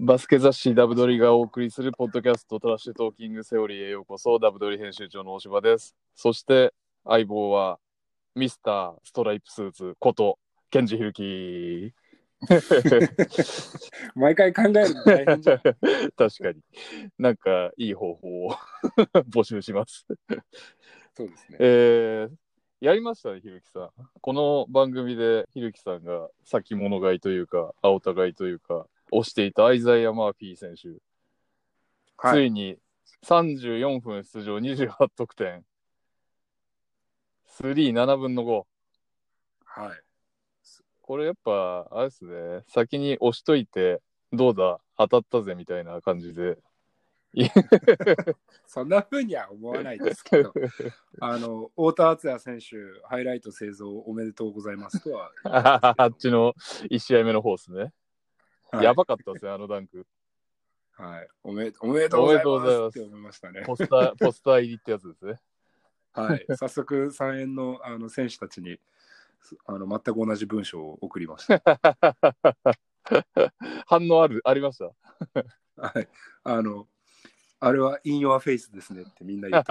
バスケ雑誌ダブドリがお送りするポッドキャストトラッシュトーキングセオリーへようこそ。ダブドリ編集長の大柴です。そして相棒はミスターストライプスーツことケンジヒルキ毎回考えるの大変じゃん。 確かになんかいい方法を募集しますそうですね。 やりましたね、ひるきさん。この番組でひるきさんが先物買いというか青田買いというか推していたアイザイア・マーフィー選手、 はい、 ついに34分出場28得点3、7分の5。 はい。 これやっぱあれですね、先に押しといてどうだ当たったぜみたいな感じでそんな風には思わないですけど、太田敦也選手、ハイライト製造おめでとうございますとは言いますけどあっちの1試合目の方ですね、 はい、 やばかったですね、あのダンク。 はい、おめでとうございますって思いましたね。 ポスター入りってやつですね。 はい、早速3円の、選手たちに全く同じ文章を送りました。 反応ありましたはい、あれは in your face ですねってみんな言った。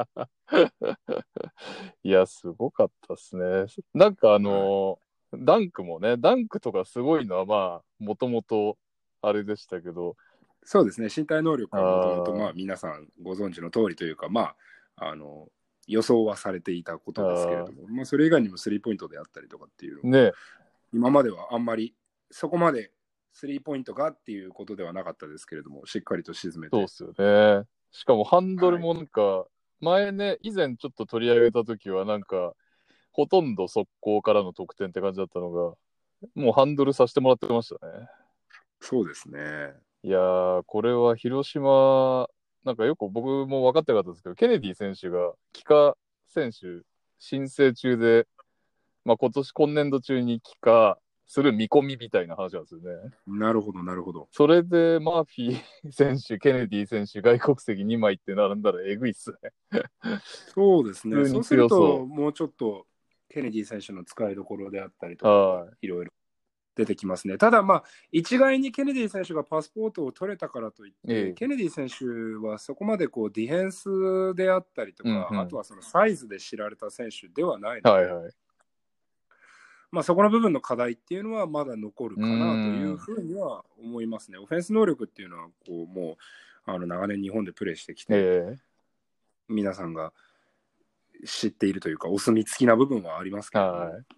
いや、すごかったですね。なんかはダンクもね、ダンクとかすごいのはまあ、もともとあれでしたけど。 そうですね、身体能力はもともとまあ皆さんご存知の通りというか、まあ、予想はされていたことですけれども、まあ、それ以外にもスリーポイントであったりとかっていうのね、 今まではあんまりそこまでスリーポイントがっていうことではなかったですけれども、しっかりと沈めて。 そうっすよね。しかもハンドルもなんか、前ね、以前ちょっと取り上げた時はなんか、ほとんど速攻からの得点って感じだったのが、もうハンドルさせてもらってましたね。 そうですね。 いやー、これは広島、なんかよく僕も分かってなかったですけど、ケネディ選手が帰化選手申請中で、まあ、今年度中に帰化する見込みみたいな話なんですよね。 なるほど、なるほど。 それでマーフィー選手、ケネディ選手、外国籍2枚って並んだらえぐいっすね。 そうですね。 普通にそうする強そと、もうちょっとケネディ選手の使いどころであったりとう。 かはがいろいろ出てきますね。ただ、まあ、一概にケネディ選手がパスポートを取れたからといって、 い。 ケネディ選手はそこまでこうディフェンスであったりとか、 うんうん、 あとはそのサイズで知られた選手ではないので、 はいはい。 まあ、そこの部分の課題っていうのはまだ残るかなというふうには思いますね。オフェンス能力っていうのはこうもう長年日本でプレーしてきて、皆さんが知っているというかお墨付きな部分はありますけれども、 はい。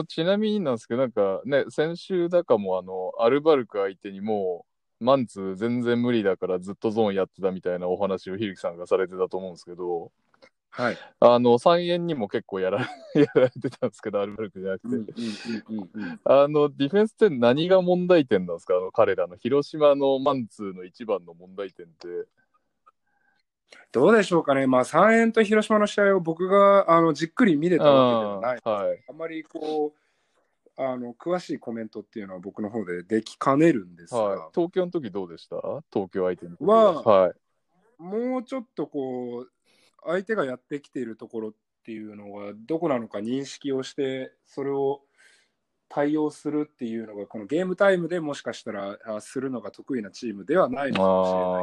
ちなみになんですけど、なんかね、先週だかもアルバルク相手にもう、マンツー全然無理だからずっとゾーンやってたみたいなお話をひるきさんがされてたと思うんですけど、 はい。 3円にも結構やられてたんですけど、アルバルクじゃなくて。ディフェンスって何が問題点なんですか、彼らの広島のマンツーの一番の問題点って。 どうでしょうかね、まあ、3円と広島の試合を僕がじっくり見れたわけではない、 はい、 あまりこう詳しいコメントっていうのは僕の方でできかねるんですが、 はい、東京の時どうでした？東京相手にはい、もうちょっとこう相手がやってきているところっていうのがどこなのか認識をしてそれを対応するっていうのがこのゲームタイムでもしかしたらするのが得意なチームではないのかもしれない。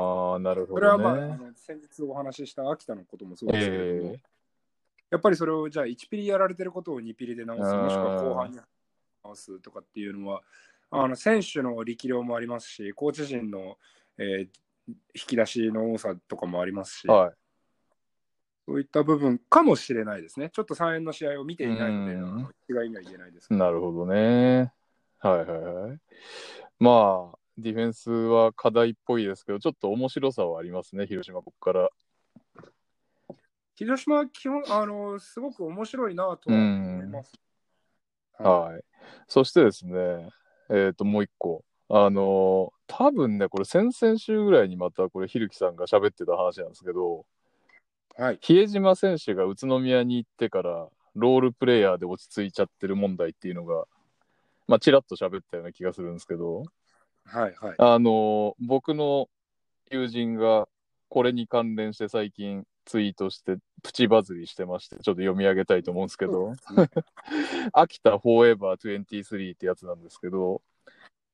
なるほどね。 それは、まあ、先日お話しした秋田のこともそうですけれども、やっぱりそれをじゃあ1ピリやられてることを2ピリで直す、もしくは後半に直すとかっていうのは選手の力量もありますし、コーチ陣の、引き出しの多さとかもありますし、 はい、 そういった部分かもしれないですね。ちょっと3円の試合を見ていないので、一概には言えないですけど。 なるほどね。はいはいはい。まあ、ディフェンスは課題っぽいですけど、ちょっと面白さはありますね、広島、ここから。 広島は基本、すごく面白いなとは思います。 はい。そしてですね、もう一個。多分ね、これ先々週ぐらいにまたこれ、ひるきさんが喋ってた話なんですけど、 はい、 比江島選手が宇都宮に行ってから、ロールプレイヤーで落ち着いちゃってる問題っていうのが、まあ、ちらっと喋ったような気がするんですけど、 はいはい、 僕の友人がこれに関連して最近ツイートしてプチバズりしてまして、ちょっと読み上げたいと思うんですけど、秋田フォーエバー23ってやつなんですけど、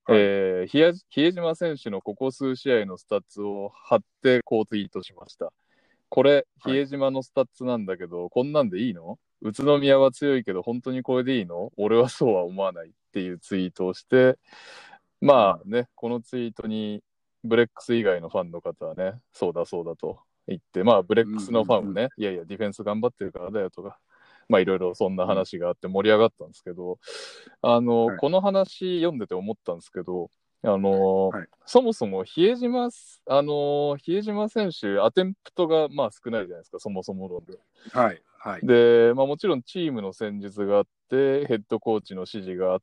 比江島選手のここ数試合のスタッツを貼ってこうツイートしました。これ、比江島のスタッツなんだけど、こんなんでいいの？宇都宮は強いけど、本当にこれでいいの？俺はそうは思わないっていうツイートをして、まあね、このツイートにブレックス以外のファンの方はね、そうだそうだと言って、まあブレックスのファンもね、いやいやディフェンス頑張ってるからだよとか、まあいろいろそんな話があって盛り上がったんですけど、この話読んでて思ったんですけど、そもそも比江島選手、アテンプトがまあ少ないじゃないですか、そもそも論で。 はいはい。 で、まあ、もちろんチームの戦術があって、ヘッドコーチの指示があって、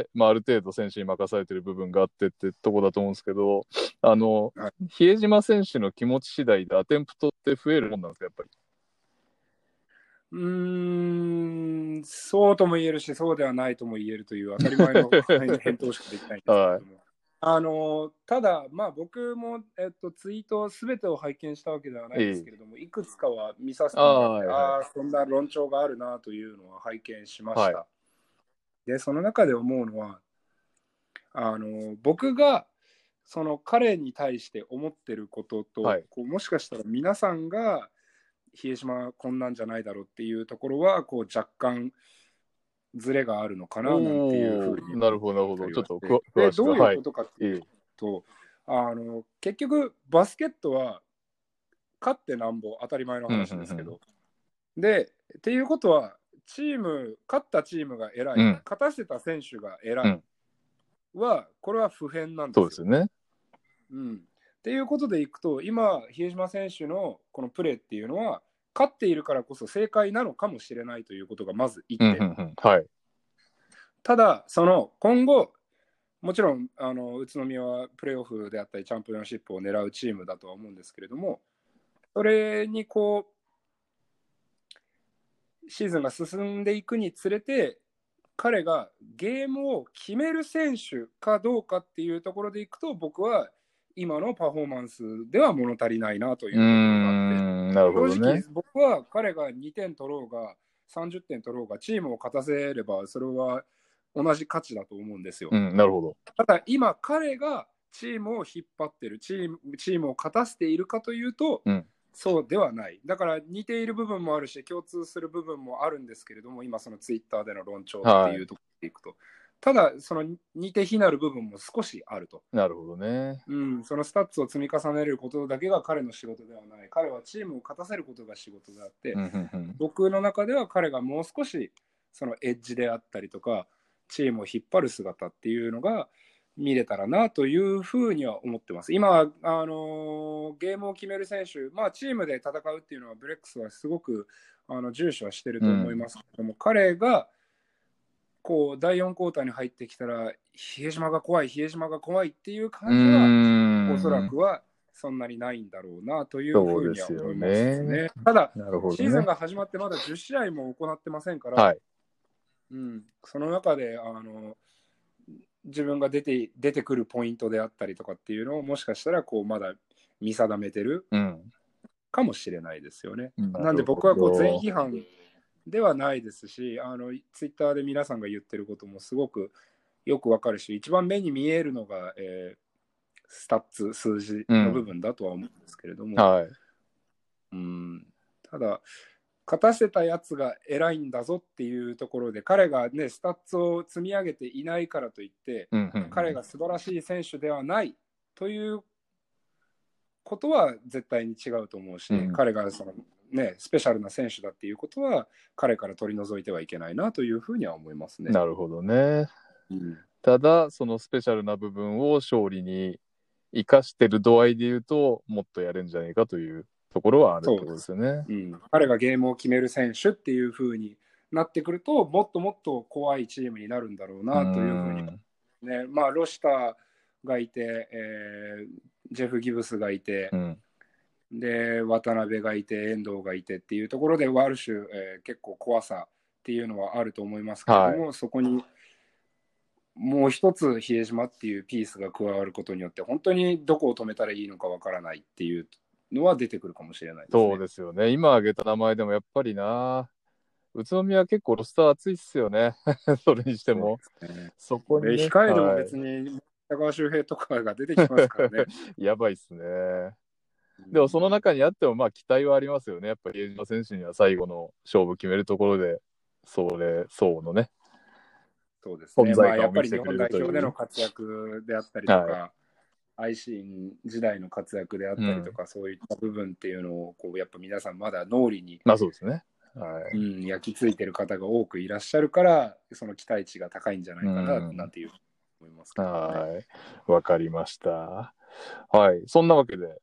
まあ、ある程度選手に任されてる部分があってってとこだと思うんですけど、比江島選手の気持ち次第でアテンプトって増えるもんなんですか、やっぱり。 そうとも言えるし、そうではないとも言えるという当たり前の返答しかできないんですけれども。はい、ただ、まあ、僕も、ツイートすべてを拝見したわけではないですけれども、いくつかは見させてもらって、そんな論調があるなというのは拝見しました。で、その中で思うのは、僕がその彼に対して思ってることと、こうもしかしたら皆さんが比江島こんなんじゃないだろうっていうところはこう若干ズレがあるのかななんていうふうに。 なるほど、なるほど。ちょっと詳しく。どういうことかっていうと、結局バスケットは勝ってなんぼ当たり前の話ですけど、でっていうことは勝ったチームが偉い、勝たせた選手が偉いは、これは不変なんですよ。 そうですよね。 っていうことでいくと、今比江島選手のこのプレーっていうのは勝っているからこそ正解なのかもしれないということがまず1点。ただその今後もちろん宇都宮はプレーオフであったりチャンピオンシップを狙うチームだとは思うんですけれども、それにこうシーズンが進んでいくにつれて彼がゲームを決める選手かどうかっていうところでいくと、僕は今のパフォーマンスでは物足りないなというところがあって、正直僕は彼が2点取ろうが30点取ろうがチームを勝たせればそれは同じ価値だと思うんですよ。 なるほど。 ただ今彼がチームを引っ張ってる、チームを勝たせているかというと、そうではない。だから似ている部分もあるし共通する部分もあるんですけれども、今そのツイッターでの論調っていうところでいくと、ただその似て非なる部分も少しあると。 なるほどね。 そのスタッツを積み重ねることだけが彼の仕事ではない。彼はチームを勝たせることが仕事であって、僕の中では彼がもう少しそのエッジであったりとかチームを引っ張る姿っていうのが見れたらなというふうには思ってます。今、ゲームを決める選手、チームで戦うっていうのはブレックスはすごく重視はしてると思いますけども、彼がこう第4クォーターに入ってきたら比江島が怖いっていう感じはおそらくはそんなにないんだろうなというふうには思いますね。ただ、シーズンが始まってまだ10試合も行ってませんから、その中で自分が出てくるポイントであったりとかっていうのをもしかしたらこうまだ見定めてるかもしれないですよね。なんで僕はこう全批判ではないですし、ツイッターで皆さんが言ってることもすごくよくわかるし、一番目に見えるのが、スタッツ数字の部分だとは思うんですけれども、ただ勝たせたやつが偉いんだぞっていうところで、彼がねスタッツを積み上げていないからといって、彼が素晴らしい選手ではないということは絶対に違うと思うし、彼がそのスペシャルな選手だっていうことは彼から取り除いてはいけないなというふうには思いますね。 なるほどね。ただそのスペシャルな部分を勝利に生かしてる度合いで言うともっとやるんじゃないかというところはあるってことですよね。 彼がゲームを決める選手っていうふうになってくるともっともっと怖いチームになるんだろうなというふうにね。ロシターがいて、ジェフ・ギブスがいて、で渡辺がいて遠藤がいてっていうところである種、結構怖さっていうのはあると思いますけれども、そこにもう一つ比江島っていうピースが加わることによって本当にどこを止めたらいいのかわからないっていうのは出てくるかもしれないですね。 そうですよね。今挙げた名前でもやっぱりな、宇都宮は結構ロスター熱いっすよね。それにしても。 そこに、控えでも別に北川周平とかが出てきますからね。 やばいっすね。でもその中にあってもまあ期待はありますよね。やっぱり比江島選手には最後の勝負決めるところで、そうのね、 そうですね。 存在感やっぱり日を見せてくれ本代表でるという。 の活躍であったりとか、アイシン時代の活躍であったりとか、そういった部分っていうのをこうやっぱ皆さんまだ脳裏に、 まあそうですね。はい。 焼き付いてる方が多くいらっしゃるから、その期待値が高いんじゃないかな、なんていう思いますけどね。 はい。わかりました。はい。そんなわけで、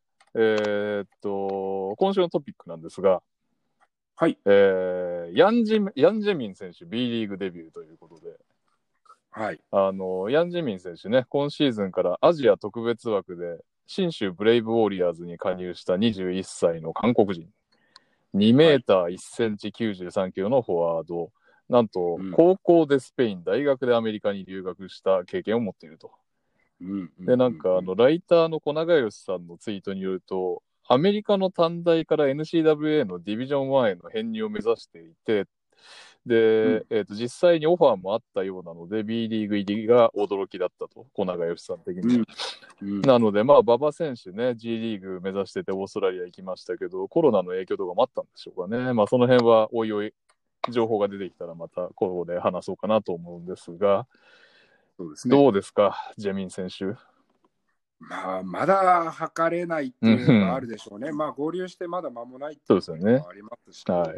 今週のトピックなんですが、 はい。 ヤン・ジェミン選手、B リーグデビューということで、 はい。 ヤン・ジェミン選手ね、今シーズンからアジア特別枠で、信州ブレイブウォリアーズに加入した21歳の韓国人。2メーター1センチ93キロのフォワード。なんと、高校でスペイン、大学でアメリカに留学した経験を持っていると。で、なんか、ライターの小永義さんのツイートによると、アメリカの短大から NCAA のディビジョン1への編入を目指していて、で、実際にオファーもあったようなので、B リーグ入りが驚きだったと、小永義さん的に。なので、まあ、馬場選手ね、G リーグ目指しててオーストラリア行きましたけど、コロナの影響とかもあったんでしょうかね。まあ、その辺はおいおい、情報が出てきたらまたここで話そうかなと思うんですが、 そうですね。 どうですか、ジェミン選手。 まあ、まだ測れないっていうのがあるでしょうね。まあ、合流してまだ間もないっていうこともありますし、 はい、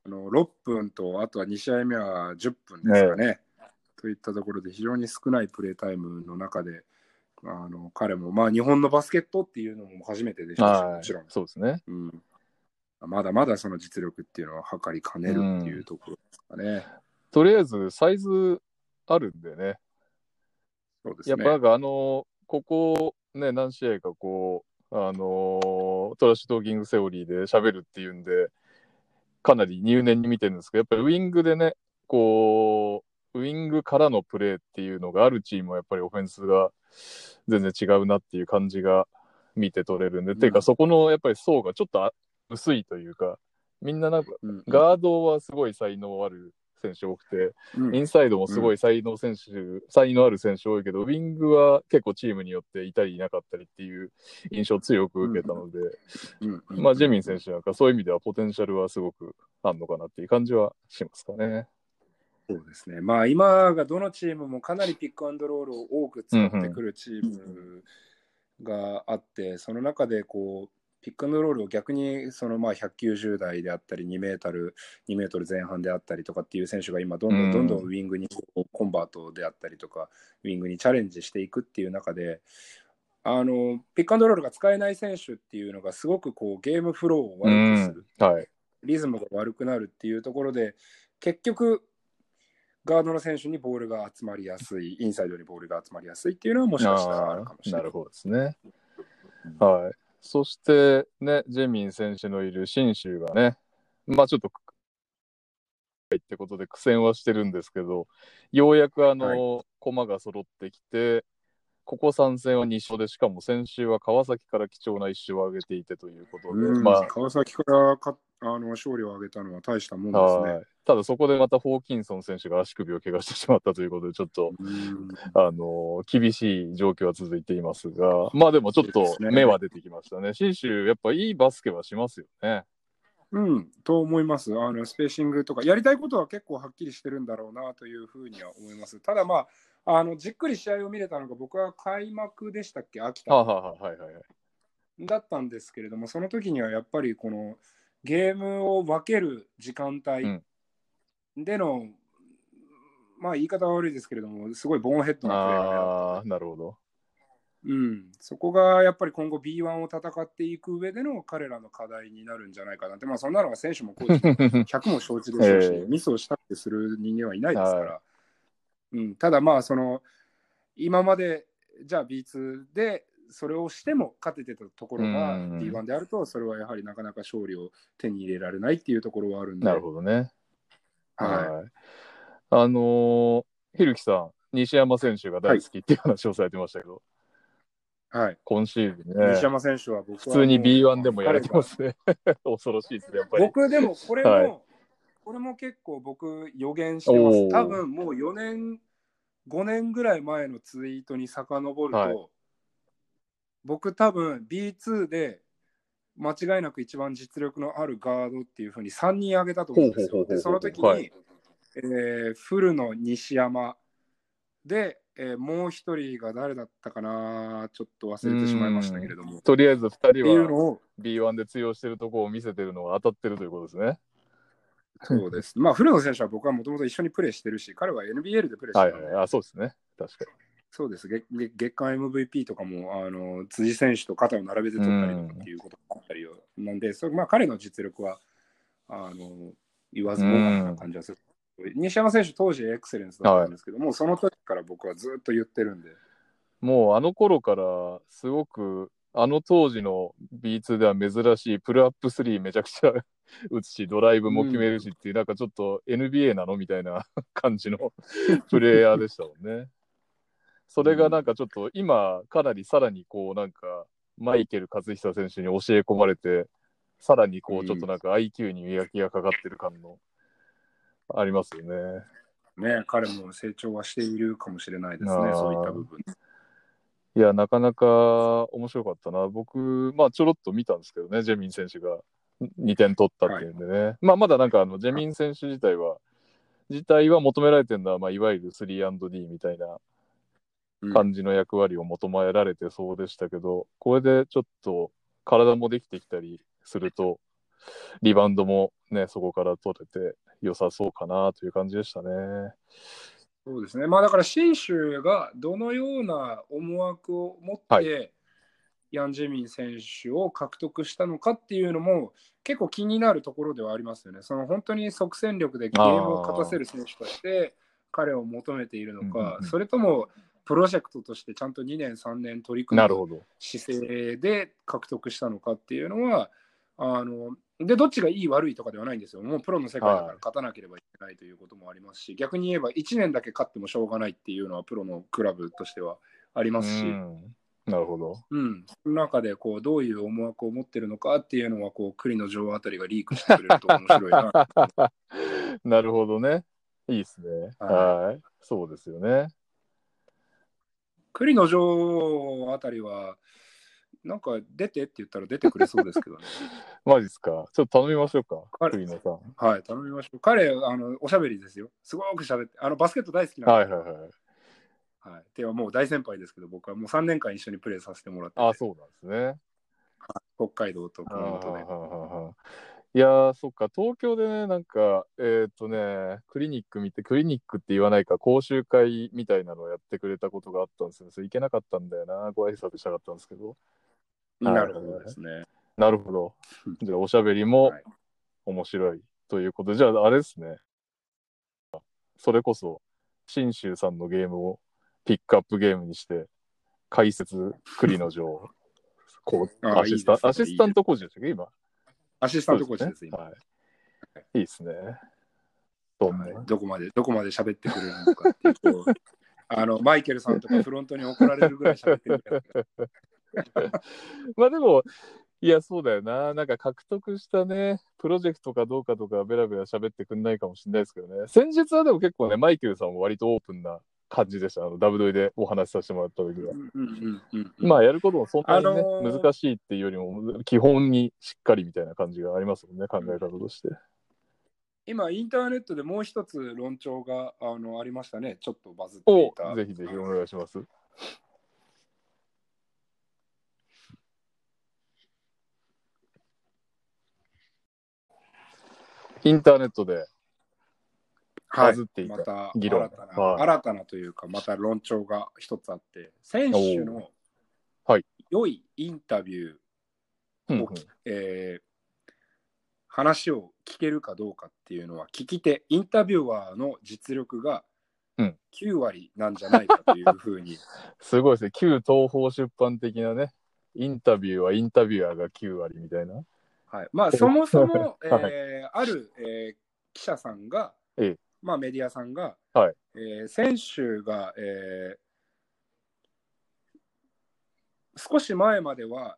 6分と、あとは2試合目は10分ですかね。といったところで、非常に少ないプレータイムの中で、彼も、まあ、日本のバスケットっていうのも初めてでしょうし、もちろん。 そうですね。 まだまだその実力っていうのは測りかねるっていうところですかね。 とりあえず、サイズあるんでね。 そうですね。 やっぱここね、何試合かトラッシュトーキングセオリーで喋るっていうんで、かなり入念に見てるんですけど、やっぱりウィングでね、ウィングからのプレーっていうのがあるチームはやっぱりオフェンスが全然違うなっていう感じが見て取れるんで、っていうかそこのやっぱり層がちょっと薄いというか、みんななんかガードはすごい才能ある選手多くて、インサイドもすごい才能ある選手多いけど、ウィングは結構チームによっていたりいなかったりっていう印象を強く受けたので、まあジェミン選手なんかそういう意味ではポテンシャルはすごくあるのかなっていう感じはしますかね。 そうですね。まあ今がどのチームもかなりピックアンドロールを多く使ってくるチームがあって、その中でピックアンドロールを逆にそのまあ190台であったり2メートル前半であったりとかっていう選手が今どんどんウィングにコンバートであったりとかウィングにチャレンジしていくっていう中で、ピックアンドロールが使えない選手っていうのがすごくゲームフローを悪くする、リズムが悪くなるっていうところで、結局ガードの選手にボールが集まりやすい、インサイドにボールが集まりやすいっていうのはもしかしたらあるかもしれない。 なるほどですね。はい。そしてね、ジェミン選手のいる信州がね、まあちょっとってことで苦戦はしてるんですけど、ようやく駒が揃ってきて、ここ3戦は2勝で、しかも先週は川崎から貴重な1勝を挙げていてということで、まあ、 川崎から勝利を挙げたのは大したもんですね。 ただそこでまたホーキンソン選手が足首を怪我してしまったということで、ちょっと厳しい状況は続いていますが、まあでもちょっと目は出てきましたね。信州やっぱいいバスケはしますよね。 と思います。スペーシングとかやりたいことは結構はっきりしてるんだろうなというふうには思います。ただまあじっくり試合を見れたのが僕は開幕でしたっけ、秋田だったんですけれども、その時にはやっぱりこのゲームを分ける時間帯での、まあ言い方は悪いですけれども、すごいボーンヘッドなプレーが目立った。 なるほど。 そこがやっぱり今後 B1 を戦っていく上での彼らの課題になるんじゃないかなって、まあそんなのが選手もコーチも100も承知でしょうし、ミスをしたってする人間はいないですから、ただまあ今までじゃあ B2 でそれをしても勝ててたところが B1 であると、それはやはりなかなか勝利を手に入れられないっていうところはあるんで。 なるほどね。ひるきさん、西山選手が大好きっていう話をされてましたけど、今シーズンね、 西山選手は僕は普通に B1 でもやれてますね。恐ろしいですね、やっぱり。 僕でもこれも結構僕予言してます。多分もう4年 5年ぐらい前のツイートに遡ると、 はい僕多分 B2 で間違いなく一番実力のあるガードっていうふうに3人挙げたと思うんですよ。で、その時に、 はい、 フルの西山で、もう一人が誰だったかな、ちょっと忘れてしまいましたけれども。 とりあえず2人っていうはのを B1 で通用してるところを見せてるのが当たってるということですね。 そうです。まあ、古野選手は僕はもともと一緒にプレーしてるし、彼は NBL でプレーしてるので、 はいはい、あ、そうですね。確かそうです。月間 MVP とかも辻選手と肩を並べて取ったりとかっていうことがあったりなんで、まあ、彼の実力は言わずもがなな感じはする。西山選手、当時エクセレンスだったんですけども、その時から僕はずっと言ってるんで。 もうあの頃からすごくあの当時の B2 では珍しいプルアップ3めちゃくちゃ打つしドライブも決めるしっていう、なんかちょっと NBA なのみたいな感じのプレイヤーでしたもんね。それがなんかちょっと今かなりさらにこうなんかマイケル和久選手に教え込まれてさらにこうちょっとなんか IQ に磨きがかかってる感のありますよね。 ね、彼も成長はしているかもしれないですね、そういった部分。 いや、なかなか面白かったな。僕、まあ、ちょろっと見たんですけどね、ジェミン選手が2点取ったっていうんでね。まあ、まだなんかジェミン選手自体は求められてるのは、まあ、いわゆる 3&D みたいな感じの役割を求められてそうでしたけど、これでちょっと体もできてきたりすると、リバウンドもね、そこから取れて良さそうかなという感じでしたね。 そうですね。まあだから、信州がどのような思惑を持って、はい、ヤン・ジェミン選手を獲得したのかっていうのも結構気になるところではありますよね。その本当に即戦力でゲームを勝たせる選手として彼を求めているのか、それともプロジェクトとしてちゃんと2年3年取り組む姿勢で獲得したのかっていうのはでどっちがいい悪いとかではないんですよ。もうプロの世界だから勝たなければいけないということもありますし、逆に言えば1年だけ勝ってもしょうがないっていうのはプロのクラブとしてはありますし。 なるほど。 その中でこうどういう思惑を持ってるのかっていうのはこう栗の女王あたりがリークしてくれると面白いな。 なるほどね。いいですね。はい。そうですよね。 栗の女王あたりはなんか出てって言ったら出てくれそうですけどね。 マジっすか。ちょっと頼みましょうか。栗野さん。 はい、頼みましょう。彼おしゃべりですよ。すごくしゃべって、バスケット大好きなんで。はい。ではもう大先輩ですけど、僕はもう3年間一緒にプレーさせてもらってて。 あ、そうなんですね。 北海道と熊本で。 いやー、そっか、東京でね、なんか、クリニック見て、クリニックって言わないか、講習会みたいなのをやってくれたことがあったんですよ。それ行けなかったんだよな。ご挨拶したかったんですけど。 なるほどですね。 なるほど。じゃあ、おしゃべりも面白いということで、じゃあ、あれですね。それこそ、信州さんのゲームをピックアップゲームにして、解説、栗の女アシスタントコーチでしたっけ、今。 アシスタントコーチです、今。 はい、いいですね。 どこまで喋ってくれるのかっていうマイケルさんとかフロントに怒られるぐらい喋ってくれる。 まあでも、いや、そうだよな。なんか獲得したね、プロジェクトかどうかとか、ベラベラ喋ってくんないかもしれないですけどね。先日はでも結構ね、マイケルさんも割とオープンな感じでした。ダブドリでお話しさせてもらった時は。まあ、やることもそんなにね、難しいっていうよりも、基本にしっかりみたいな感じがありますもんね、考え方として。 今、インターネットでもう一つ論調がありましたね。ちょっとバズっていた。 ぜひぜひお願いします。インターネットでバズっていた議論、 新たなというか、また論調が一つあって、選手の良いインタビューを、話を聞けるかどうかっていうのは、聞き手、インタビュアーの実力が9割なんじゃないかというふうに。 すごいですね。旧東宝出版的なね、インタビューはインタビュアーが9割みたいな。 はい。まあ、そもそも、ある、記者さんが、まあ、メディアさんが、選手が、少し前までは、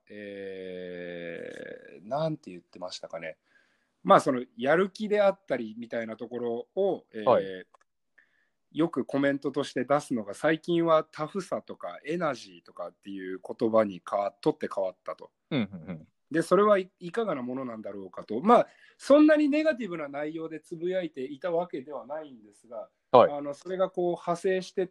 なんて言ってましたかね。まあ、そのやる気であったりみたいなところを、 よくコメントとして出すのが、最近はタフさとかエナジーとかっていう言葉に取って変わったと。でそれはいかがなものなんだろうかと、まあそんなにネガティブな内容でつぶやいていたわけではないんですが、それがこう派生してって、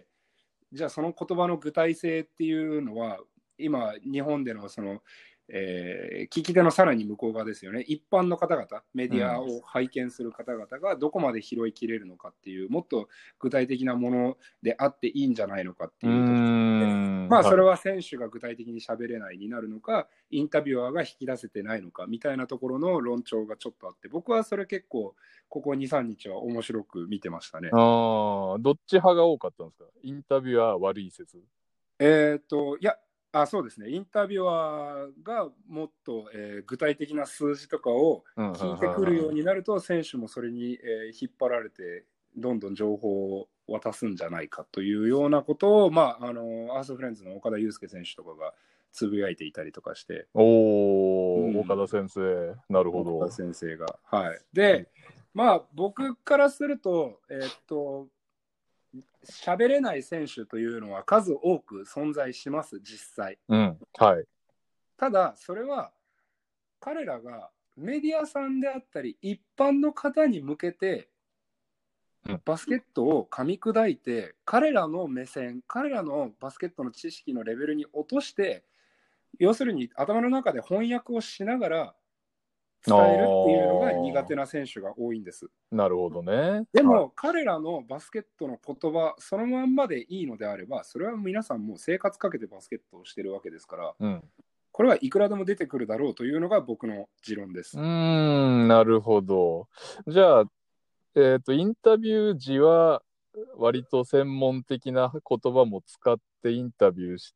じゃあその言葉の具体性っていうのは今日本でのその、聞き手のさらに向こう側ですよね。一般の方々、メディアを拝見する方々がどこまで拾いきれるのかっていう、もっと具体的なものであっていいんじゃないのかっていうところで、まあそれは選手が具体的に喋れないになるのか、インタビュアーが引き出せてないのかみたいなところの論調がちょっとあって、僕はそれ結構ここ 2,3 日は面白く見てましたね。 どっち派が多かったんですか？インタビュアー悪い説？ いや、そうですね。インタビュアーがもっと、具体的な数字とかを聞いてくるようになると、選手もそれに、引っ張られて、どんどん情報を渡すんじゃないかというようなことを、まあ、アースフレンズの岡田祐介選手とかがつぶやいていたりとかして。 岡田先生。なるほど。 岡田先生が。はい。で、まあ、僕からすると、喋れない選手というのは数多く存在します、実際。ただ、それは彼らがメディアさんであったり、一般の方に向けて、バスケットを噛み砕いて、彼らの目線、彼らのバスケットの知識のレベルに落として、要するに頭の中で翻訳をしながら伝えるっていうのが苦手な選手が多いんです。 なるほどね。 でも、彼らのバスケットの言葉そのまんまでいいのであれば、それは皆さんもう生活かけてバスケットをしてるわけですから、これはいくらでも出てくるだろうというのが僕の持論です。 なるほど。じゃあ、インタビュー時は割と専門的な言葉も使ってインタビューして、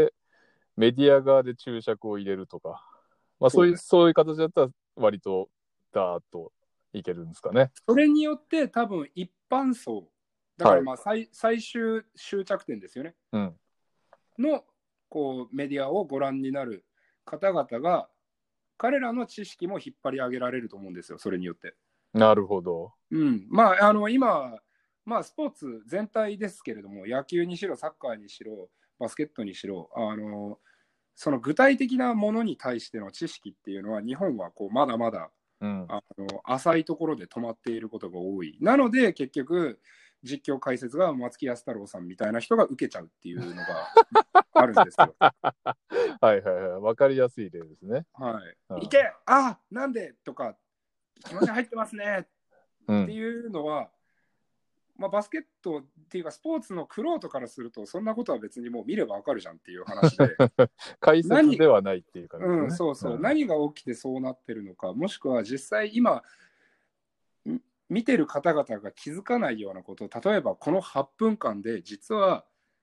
メディア側で注釈を入れるとか、まあそういう形だったら割とダーッといけるんですかね。 それによって多分一般層、だからまあ最終終着点ですよね。のこうメディアをご覧になる方々が、彼らの知識も引っ張り上げられると思うんですよ、それによって。 なるほど。 まあ今、まあ、スポーツ全体ですけれども、野球にしろ、サッカーにしろ、バスケットにしろ、その具体的なものに対しての知識っていうのは、日本はこうまだまだ、浅いところで止まっていることが多い。なので、結局、実況解説が松木安太郎さんみたいな人が受けちゃうっていうのがあるんですよ。 わかりやすい例ですね。 いけ、なんでとか、気持ち入ってますねっていうのは、まあ、バスケットっていうかスポーツの玄人からすると、そんなことは別にもう見ればわかるじゃんっていう話で解説ではないっていう感じですね。 そうそう、何が起きてそうなってるのか、もしくは実際今見てる方々が気づかないようなこと、例えばこの8分間で実は、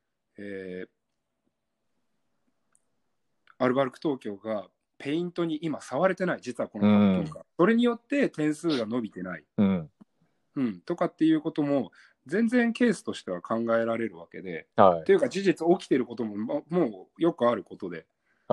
アルバルク東京がペイントに今触れてない、実はこの8分間、それによって点数が伸びてない、とかっていうことも全然ケースとしては考えられるわけで、というか事実起きてることももうよくあることで、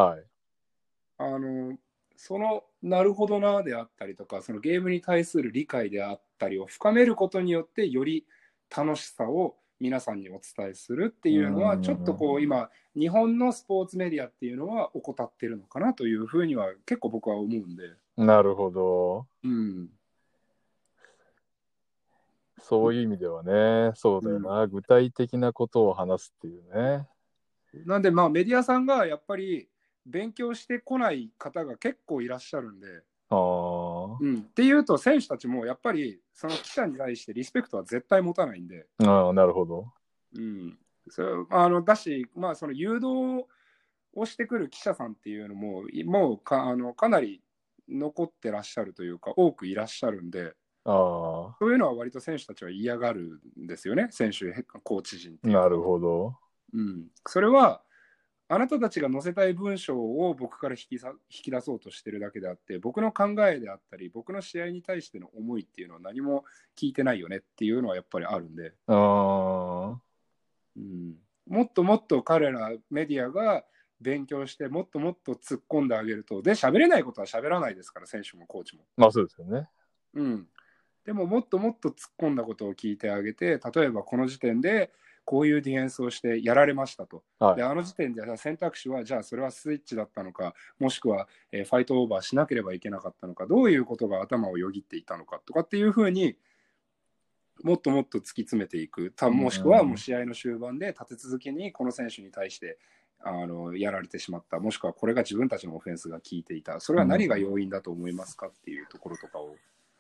そのなるほどなであったりとか、そのゲームに対する理解であったりを深めることによって、より楽しさを皆さんにお伝えするっていうのは、ちょっとこう今日本のスポーツメディアっていうのは怠ってるのかなというふうには結構僕は思うんで。 なるほど。そういう意味ではね、そうだよな、具体的なことを話すっていうね。 なんでまあメディアさんがやっぱり勉強してこない方が結構いらっしゃるんで、っていうと選手たちもやっぱりその記者に対してリスペクトは絶対持たないんで。 なるほど。 それだし、まあ、その誘導をしてくる記者さんっていうのももうかなり残ってらっしゃるというか、多くいらっしゃるんで、そういうのは割と選手たちは嫌がるんですよね、選手コーチ陣っていう。 なるほど。 それはあなたたちが載せたい文章を僕から引き出そうとしてるだけであって、僕の考えであったり僕の試合に対しての思いっていうのは何も聞いてないよねっていうのはやっぱりあるんで、もっともっと彼らメディアが勉強して、もっともっと突っ込んであげると。で、喋れないことは喋らないですから、選手もコーチも。 まあそうですよね。 でももっともっと突っ込んだことを聞いてあげて、例えばこの時点でこういうディフェンスをしてやられましたと。 はい。 で、あの時点で選択肢は、じゃあそれはスイッチだったのか、もしくは、ファイトオーバーしなければいけなかったのか、どういうことが頭をよぎっていたのかとかっていうふうにもっともっと突き詰めていく、もしくはもう試合の終盤で立て続けにこの選手に対してやられてしまった、もしくはこれが自分たちのオフェンスが効いていた、それは何が要因だと思いますかっていうところとかを、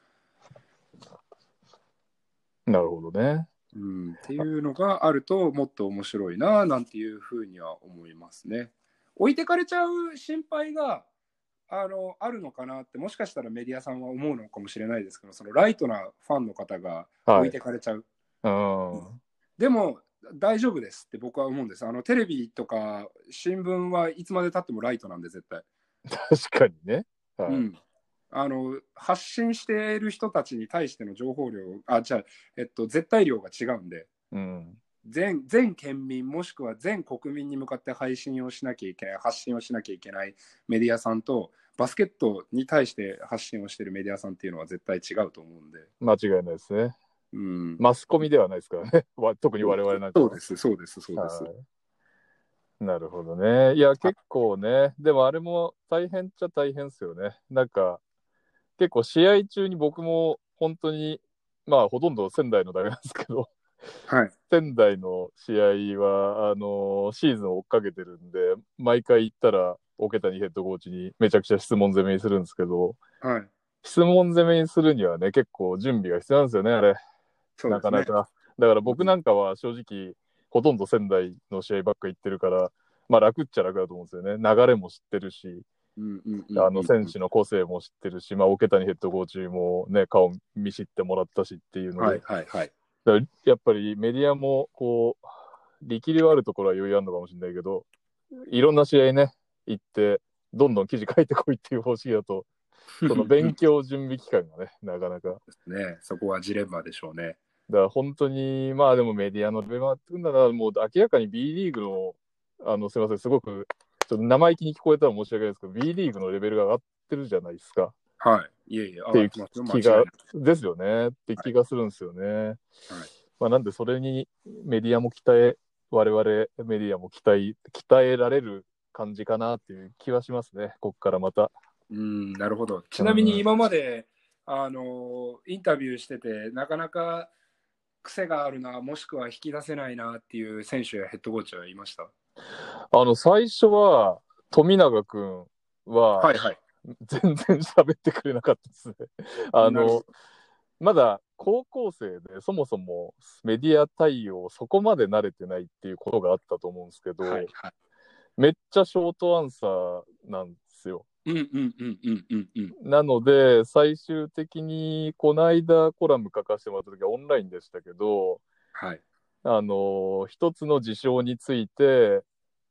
なるほどね。 っていうのがあるともっと面白いななんていうふうには思いますね。置いてかれちゃう心配があるのかなって、もしかしたらメディアさんは思うのかもしれないですけど、そのライトなファンの方が置いてかれちゃう。でも大丈夫ですって僕は思うんです。テレビとか新聞はいつまでたってもライトなんで絶対。 確かにね。はい。 発信している人たちに対しての情報量、絶対量が違うんで、全県民もしくは全国民に向かって配信をしなきゃいけない、発信をしなきゃいけないメディアさんと、バスケットに対して発信をしているメディアさんっていうのは絶対違うと思うんで。 間違いないですね。マスコミではないですからね。特に我々なんかは。 そうです。 なるほどね。いや、結構ね。でもあれも大変っちゃ大変ですよね。なんか、結構試合中に僕も本当に、まあほとんど仙台のだけなんですけど、 はい、 仙台の試合は、シーズンを追っかけてるんで、毎回行ったら、桶谷ヘッドコーチにめちゃくちゃ質問攻めにするんですけど、 はい、 質問攻めにするにはね、結構準備が必要なんですよね、あれ。 そうですね。 なかなか。だから僕なんかは正直、ほとんど仙台の試合ばっか行ってるから、まあ楽っちゃ楽だと思うんですよね。流れも知ってるし、選手の個性も知ってるし、まあ、桶谷ヘッドコーチもね、顔見知ってもらったしっていうので、だからやっぱりメディアも、こう、力量あるところは余裕あるのかもしれないけど、いろんな試合ね、行って、どんどん記事書いてこいっていう方式だと、その勉強準備期間がね、なかなか。 ね、そこはジレンマでしょうね。 だから本当に、まあでもメディアのレベルってくんだら、もう明らかに B リーグの、すみません、すごく、ちょっと生意気に聞こえたら申し訳ないですけど、B リーグのレベルが上がってるじゃないですか。 はい。いえいえ、上っていうがってますよ、間気が、 違いなく。 ですよね。って気がするんですよね。 はい。 まあなんでそれにメディアも我々メディアも鍛えられる感じかなっていう気はしますね。ここからまた。 なるほど。ちなみに今まで、インタビューしてて、なかなか癖があるな、もしくは引き出せないなっていう選手やヘッドコーチはいました？ 最初は、富永君は、 はいはい。 全然喋ってくれなかったですね。まだ高校生でそもそもメディア対応そこまで慣れてないっていうことがあったと思うんですけど、 はいはい。 めっちゃショートアンサーなんですよ。なので、最終的にこの間コラム書かせてもらった時はオンラインでしたけど、 はい。 一つの事象について、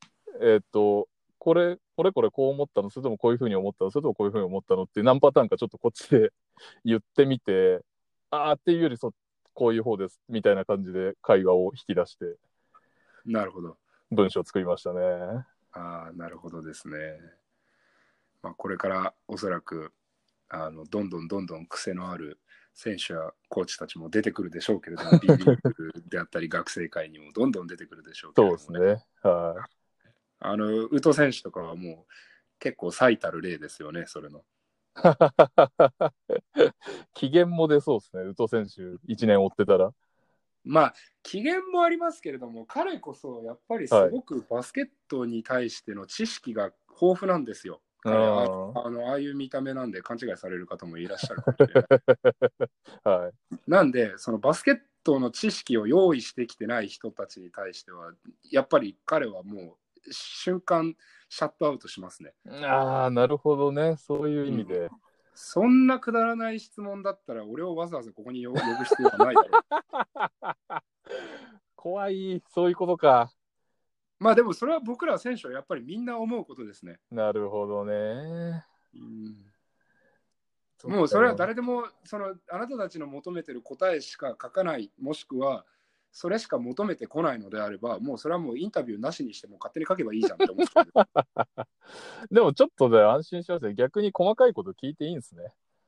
これこう思ったの、それともこういうふうに思ったの、それともこういうふうに思ったのって何パターンかちょっとこっちで言ってみて、あーっていうよりこういう方ですみたいな感じで会話を引き出してなるほど。 文章を作りましたね。 なるほどですね。まあ、これからおそらくどんどん癖のある選手やコーチたちも出てくるでしょうけれども、B リーグであったり学生界にもどんどん出てくるでしょうけれそうでどもね。 すね。はい。 宇都選手とかはもう結構最たる例ですよね、それの。 機嫌も出そうですね。宇都選手、1年追ってたら。 まあ、機嫌もありますけれども、彼こそやっぱりすごくバスケットに対しての知識が豊富なんですよ。彼ああいう見た目なんで勘違いされる方もいらっしゃるかもしれない。 はい、 なんで、そのバスケットの知識を用意してきてない人たちに対しては、やっぱり彼はもう瞬間シャットアウトしますね。 なるほどね。そういう意味で。 そんなくだらない質問だったら、俺をわざわざここに呼ぶ必要はないだろう。 怖い、そういうことか。 まあでもそれは僕ら選手はやっぱりみんな思うことですね。 なるほどね。 もうそれは誰でもあなたたちの求めてる答えしか書かない、もしくはそれしか求めてこないのであれば、もうそれはもうインタビューなしにしても勝手に書けばいいじゃんって思ってる。 でもちょっとで安心しますね。逆に細かいこと聞いていいんですね。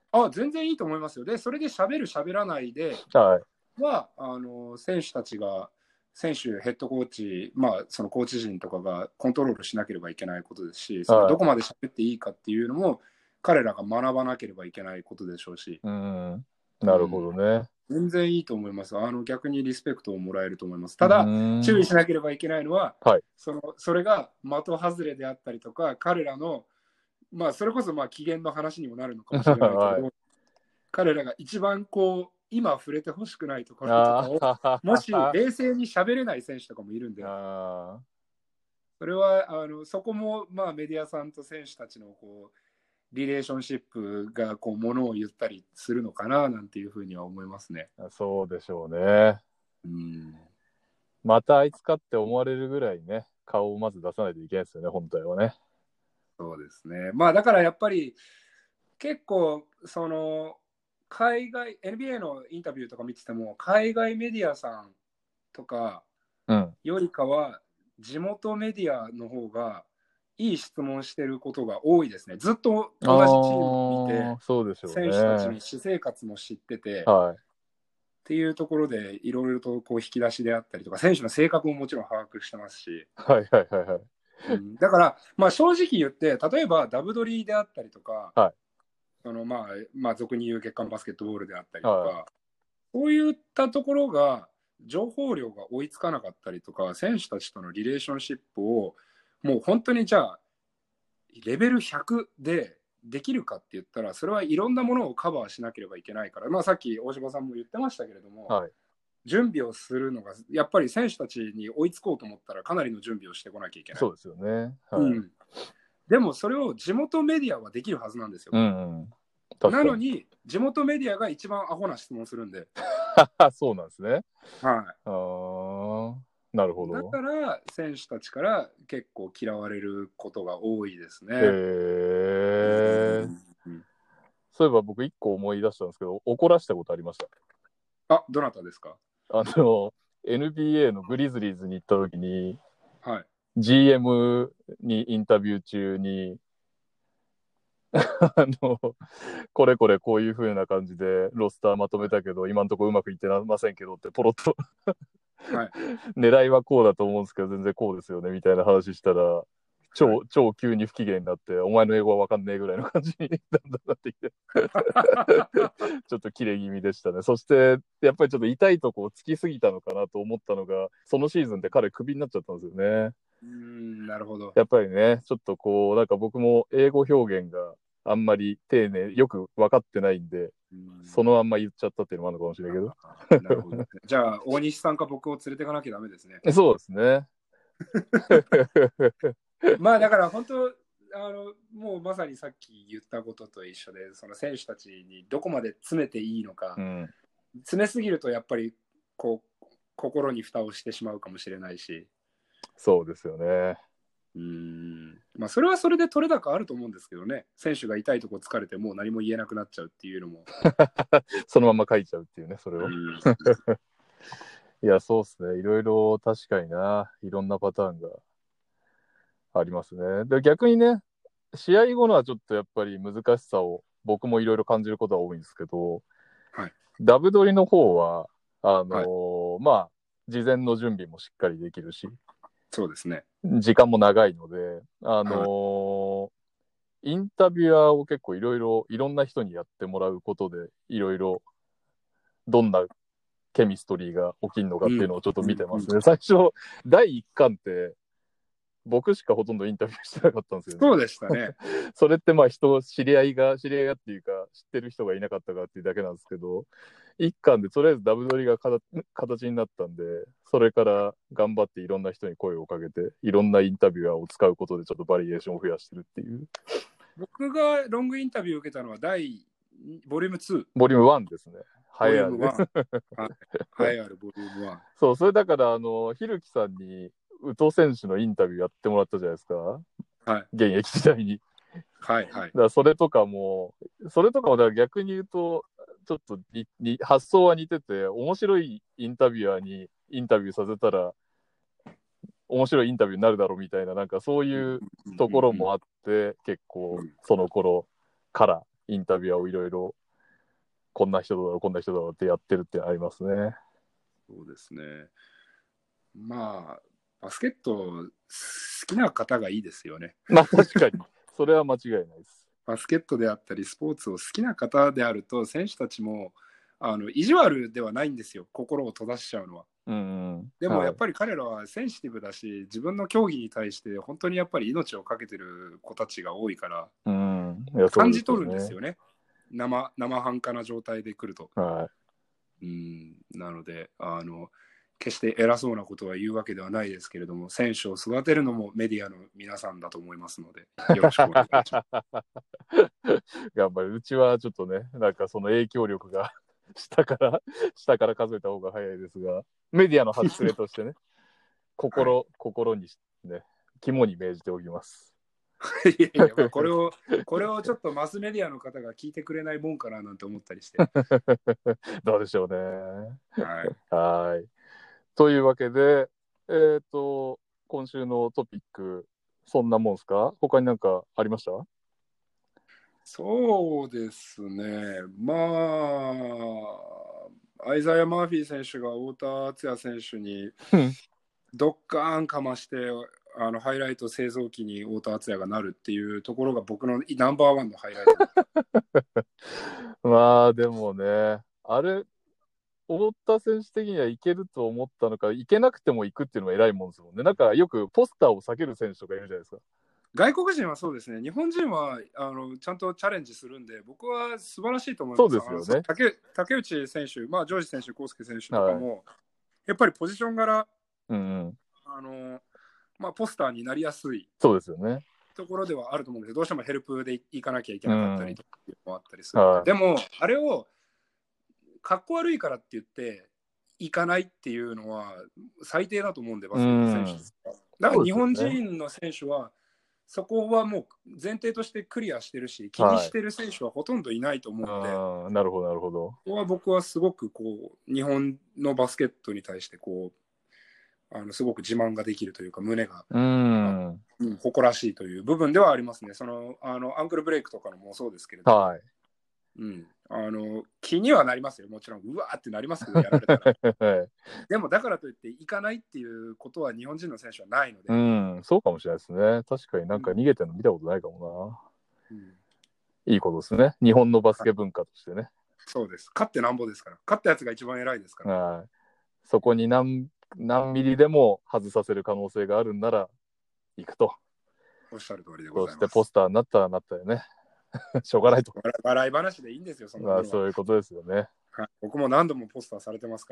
全然いいと思いますよ。で、それで喋る、喋らないではい。 選手たちが、選手、ヘッドコーチ、そのコーチ陣とかがコントロールしなければいけないことですし、そのはい。 どこまで喋っていいかっていうのも、彼らが学ばなければいけないことでしょうし、 うん。なるほどね。 全然いいと思います。逆にリスペクトをもらえると思います。 うただ、注意ん。 しなければいけないのは、 はい。 それが的外れであったりとか、彼らの、それこそ機嫌の話にもなるのかもしれないけはい。 ど、彼らが一番今触れてほしくないところとかを、 あもしあ。 冷静に喋れない選手とかもいるんで、 あそれはそこもメディアさんと選手たちのリレーションシップがものを言ったりするのかななんていうふうには思いますね。 あ。そうでしょうね。またあいつかって思われるぐらいね、顔をまず出さないといけないですよね、本体はね。 そうですね。だからやっぱり結構海外 NBA のインタビューとか見てても海外メディアさんとかよりかは地元メディアの方がいい質問してることが多いですね。ずっと同じチームを見て、 そうでしょうね。 選手たちの私生活も知ってて、 はい。 っていうところでいろいろと引き出しであったりとか、選手の性格ももちろん把握してますし、 はいはいはいはい。 だから、正直言って、例えばダブドリであったりとか、 はい。 俗に言う月間バスケットボールであったりとか、 はい、 そういったところが情報量が追いつかなかったりとか、選手たちとのリレーションシップをもう本当にじゃあレベル100でできるかって言ったら、それはいろんなものをカバーしなければいけないから、さっき大柴さんも言ってましたけれども、 はい、 準備をするのがやっぱり選手たちに追いつこうと思ったらかなりの準備をしてこなきゃいけない。 そうですよね。はい。 でもそれを地元メディアはできるはずなんですよ。なのに地元メディアが一番アホな質問するんで。 そうなんですね。 はい。 なるほど。 だから選手たちから結構嫌われることが多いですね。 そういえば僕一個思い出したんですけど、怒らしたことありました。 どなたですか ？NBA のグリズリーズに行った時に、 はい、 GM にインタビュー中にこれこれこういう風な感じでロスターまとめたけど今のところうまくいってませんけどってポロッとはい、狙いはこうだと思うんですけど全然こうですよねみたいな話したら超急に不機嫌になってお前の英語は分かんねえぐらいの感じにだんだんなってきてちょっとキレ気味でしたね。そしてやっぱりちょっと痛いとこをつきすぎたのかなと思ったのがそのシーズンで彼クビになっちゃったんですよね。 なるほど。 やっぱりねちょっとなんか僕も英語表現があんまり丁寧よく分かってないんでそのまんま言っちゃったっていうのもあるのかもしれないけどなるほど、ね、じゃあ大西さんか僕を連れていかなきゃダメですね。 そうですねだから本当もうまさにさっき言ったことと一緒でその選手たちにどこまで詰めていいのか、詰めすぎるとやっぱり心に蓋をしてしまうかもしれないし。 そうですよね。 それはそれで取れ高あると思うんですけどね。選手が痛いとこ疲れてもう何も言えなくなっちゃうっていうのもそのまま書いちゃうっていうねそれをいやそうですねいろいろ確かにないろんなパターンがありますね。で逆にね試合後のはちょっとやっぱり難しさを僕もいろいろ感じることは多いんですけど、 はい、 ダブドリの方は事前の準備もしっかりできるしそうですね時間も長いのでインタビュアーを結構いろんな人にやってもらうことでいろいろどんなケミストリーが起きるのかっていうのをちょっと見てますね。最初第1巻って僕しかほとんどインタビューしてなかったんですよね。 そうでしたね。 それって知り合いがっていうか知ってる人がいなかったかっていうだけなんですけど1巻でとりあえずダブドリが形になったんでそれから頑張っていろんな人に声をかけていろんなインタビュアーを使うことでちょっとバリエーションを増やしてるっていう。 僕がロングインタビューを受けたのはボリューム2。 ボリューム1ですね。 ボリューム1。はい、あるボリューム1。 そう、それだからひるきさんに宇藤選手のインタビューやってもらったじゃないですか。 はい。 現役時代に。 はいはい。 だからそれとかもだから逆に言うとちょっと発想は似てて面白いインタビュアーにインタビューさせたら面白いインタビューになるだろうみたいななんかそういうところもあって結構その頃からインタビュアーをいろいろこんな人だろうこんな人だろうってやってるってありますね。 そうですね。まあバスケット好きな方がいいですよね。 まあ確かにそれは間違いないです。 バスケットであったりスポーツを好きな方であると選手たちも意地悪ではないんですよ、心を閉ざしちゃうのは。でもやっぱり彼らはセンシティブだし、自分の競技に対して本当にやっぱり命をかけてる子たちが多いから、感じ取るんですよね、生半可な状態で来ると。なので決して偉そうなことは言うわけではないですけれども、選手を育てるのもメディアの皆さんだと思いますので、よろしくお願いします。 頑張る。うちはちょっとね、なんかその影響力が下から数えた方が早いですが、メディアの発令としてね、心にね、肝に銘じておきます。 いやいや、まあ、これをちょっとマスメディアの方が聞いてくれないもんかななんて思ったりして。 どうでしょうね。はい。というわけで、今週のトピック、そんなもんすか？他になんかありました？ そうですね。まあ、アイザヤ・マーフィー選手が太田敦也選手にドッカーンかまして、ハイライト製造機に太田敦也がなるっていうところが僕のナンバーワンのハイライト。 まあ、でもね、あれ、太田選手的にはいけると思ったのか、いけなくても行くっていうのも偉いもんですもんね。なんかよくポスターを避ける選手とかいるじゃないですか。 外国人はそうですね。日本人はちゃんとチャレンジするんで、僕は素晴らしいと思います。 そうですよね。 竹内選手、ジョージ選手、康介選手とかも、やっぱりポジション柄、ポスターになりやすいそうですよね。 ところではあると思うんですけど、どうしてもヘルプで行かなきゃいけなかったりとかもあったりする。でも、あれをかっこ悪いからって言って行かないっていうのは最低だと思うんで、バスケット選手ですから。だから日本人の選手はそこはもう前提としてクリアしてるし、気にしてる選手はほとんどいないと思うんで、 なるほどなるほど。 ここは僕はすごく日本のバスケットに対してすごく自慢ができるというか、胸が誇らしいという部分ではありますね。アンクルブレイクとかのもそうですけれど、気にはなりますよ。もちろんうわーってなりますけど、やられたらでもだからといって行かないっていうことは日本人の選手はないので、 そうかもしれないですね。確かになんか逃げてるの見たことないかもな。いいことですね。日本のバスケ文化としてね。 そうです。勝ってなんぼですから。勝ったやつが一番偉いですから。 そこに何ミリでも外させる可能性があるんなら行くと。 おっしゃる通りでございます。 そしてポスターになったらなったよね。しょうがないと。 笑い話でいいんですよ、そんなのは。 そういうことですよね。 僕も何度もポスターされてますから。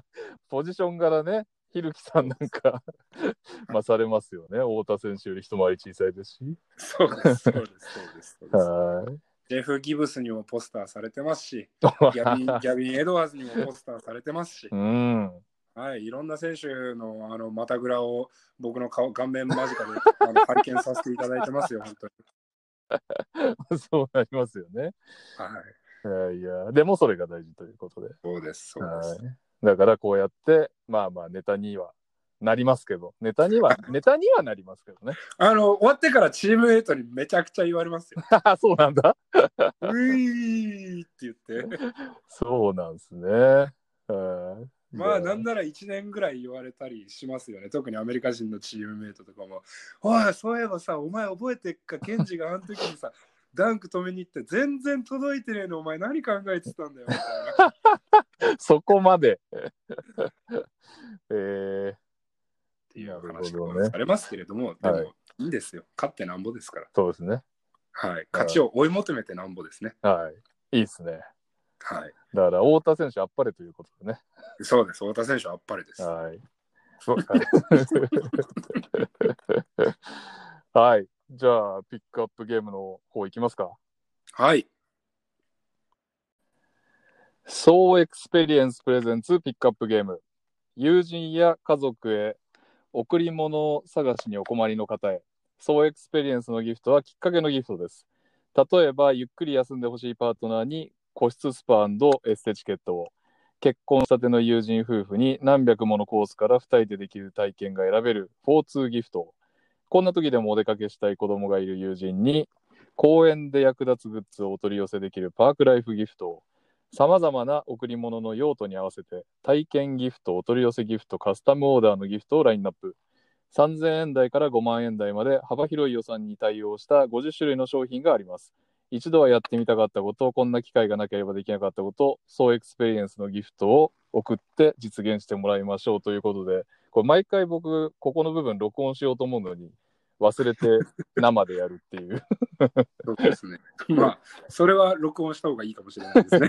ポジション柄ね、ひるきさんなんかされますよね。太田選手より一回り小さいですし。 そうです。ジェフ・ギブスにもポスターされてますし、ギャビン・エドワーズにもポスターされてますし、いろんな選手のまたぐらを僕の顔面間近で拝見させていただいてますよ、本当に。 そうなりますよね。いやでもそれが大事ということで。 そうです。 だからこうやってネタにはなりますけど、ネタにはなりますけどね。 終わってからチームメイトにめちゃくちゃ言われますよ。 そうなんだ。 ういーって言って。 そうなんですね。 なんなら1年ぐらい言われたりしますよね。特にアメリカ人のチームメイトとかも。おい、そういえばさ、お前覚えてっか、ケンジがあの時にさ、ダンク止めに行って全然届いてねえの、お前何考えてたんだよみたいな。 そこまで。 っていう話がされますけれども、でもいいんですよ。勝ってなんぼですから。 そうですね。 勝ちを追い求めてなんぼですね。 いいですね。だから太田選手あっぱれということでね。 そうです。太田選手あっぱれです。 はい。じゃあピックアップゲームの方いきますか。 はい。 総エクスペリエンスプレゼンツピックアップゲーム。友人や家族へ贈り物探しにお困りの方へ、総エクスペリエンスのギフトはきっかけのギフトです。例えばゆっくり休んでほしいパートナーに個室スパ&エステチケットを、結婚したての友人夫婦に何百ものコースから2人でできる体験が選べる4-2ギフトを、こんな時でもお出かけしたい子供がいる友人に公園で役立つグッズをお取り寄せできるパークライフギフト、さまざまな贈り物の用途に合わせて体験ギフト、お取り寄せギフト、カスタムオーダーのギフトをラインナップ。3000円台から5万円台まで幅広い予算に対応した50種類の商品があります。一度はやってみたかったこと、こんな機会がなければできなかったこと、総エクスペリエンスのギフトを送って実現してもらいましょうということで、これ毎回僕、ここの部分録音しようと思うのに、忘れて生でやるっていう。 そうですね。まあ、それは録音した方がいいかもしれないですね。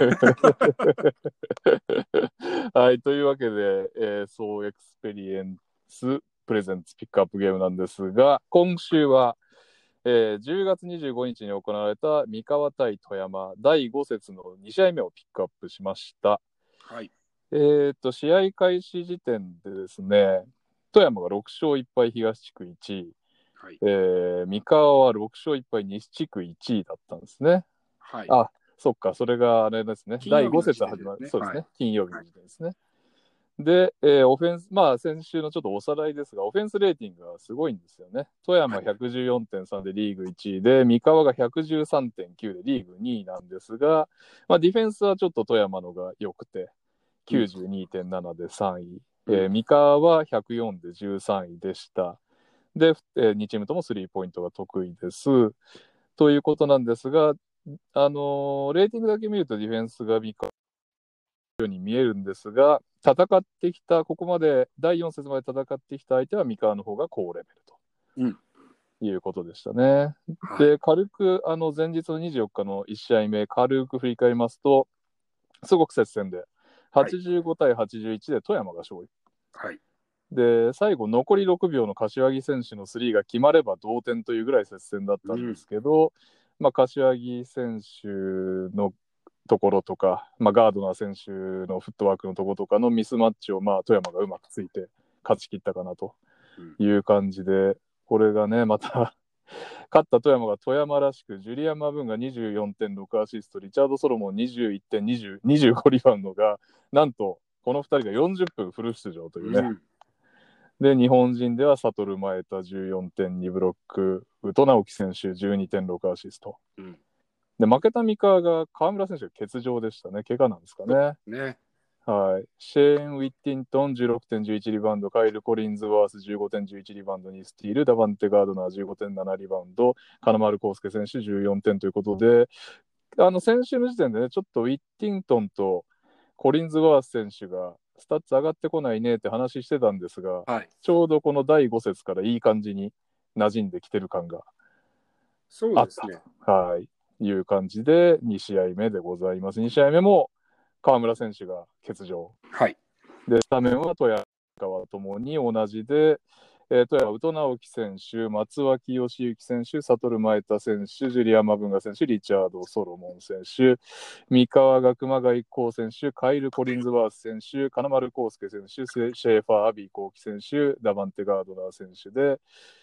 はい、というわけで、総エクスペリエンスプレゼンツピックアップゲームなんですが、今週は、10月25日に行われた三河対富山第5節の2試合目をピックアップしました。 はい。 試合開始時点でですね、富山が6勝1敗東地区1位、 はい。 三河は6勝1敗西地区1位だったんですね。 はい。 あ、そっか、それがあれですね。第5節始まる、そうですね、 はい、 金曜日の時点ですね。で、オフェンス、まあ先週のちょっとおさらいですが、オフェンスレーティングがすごいんですよね。富山114.3でリーグ1位で、三河が113.9でリーグ2位なんですが、まあ、ディフェンスはちょっと富山のが良くて、92.7で3位、三河は104で13位でした。で、2チームともスリーポイントが得意です。ということなんですが、レーティングだけ見るとディフェンスが三河ように見えるんですが、戦ってきた、ここまで第4節まで戦ってきた相手は三河の方が高レベルと、いうことでしたね。で、軽く前日の24日の1試合目、軽く振り返りますと、すごく接戦で、85対81で富山が勝利。 はい。 で、最後残り6秒の柏木選手のスリーが決まれば同点というぐらい接戦だったんですけど、まあ、柏木選手のところとか、まあ、ガードナー選手のフットワークのところとかのミスマッチを、まあ、富山がうまくついて勝ち切ったかなという感じで、これがね、また勝った富山が富山らしく、ジュリアン・マブンが 24.6 アシスト、リチャード・ソロモン 21点、25リバウンドが、なんとこの2人が40分フル出場というね。で、日本人ではサトル・マエタ 14.2 ブロック、宇都直樹選手 12.6 アシスト。で、負けた三河が河村選手が欠場でしたね。怪我なんですかね。はい。シェーン・ウィッティントン 16.11 リバウンド、カイル・コリンズワース 15.11 リバウンドにスティール、ダバンテ・ガードナー 15.7 リバウンド、金丸晃輔選手14点ということで、先週の時点でね、ちょっとウィッティントンとコリンズワース選手がスタッツ上がってこないねって話してたんですが、ちょうどこの第5節からいい感じに馴染んできてる感があったと、はい、いう感じで2試合目でございます。2試合目も河村選手が欠場。で、スタメンは富山ともに同じで、富山、宇都直樹選手、松脇義行選手、サトル・マエタ選手、ジュリアン・マブンガ選手、リチャード・ソロモン選手、三河が熊谷光選手、カイル・コリンズワース選手、金丸晃輔選手、シェーファー・アビー・コウキ選手、ダバンテ・ガードナー選手で、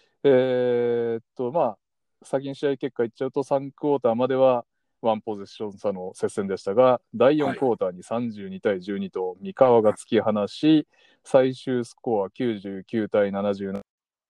まあ、先に試合結果いっちゃうと3クォーターまではワンポゼッション差の接戦でしたが、第4クォーターに32対12と三河が突き放し、最終スコア99対77。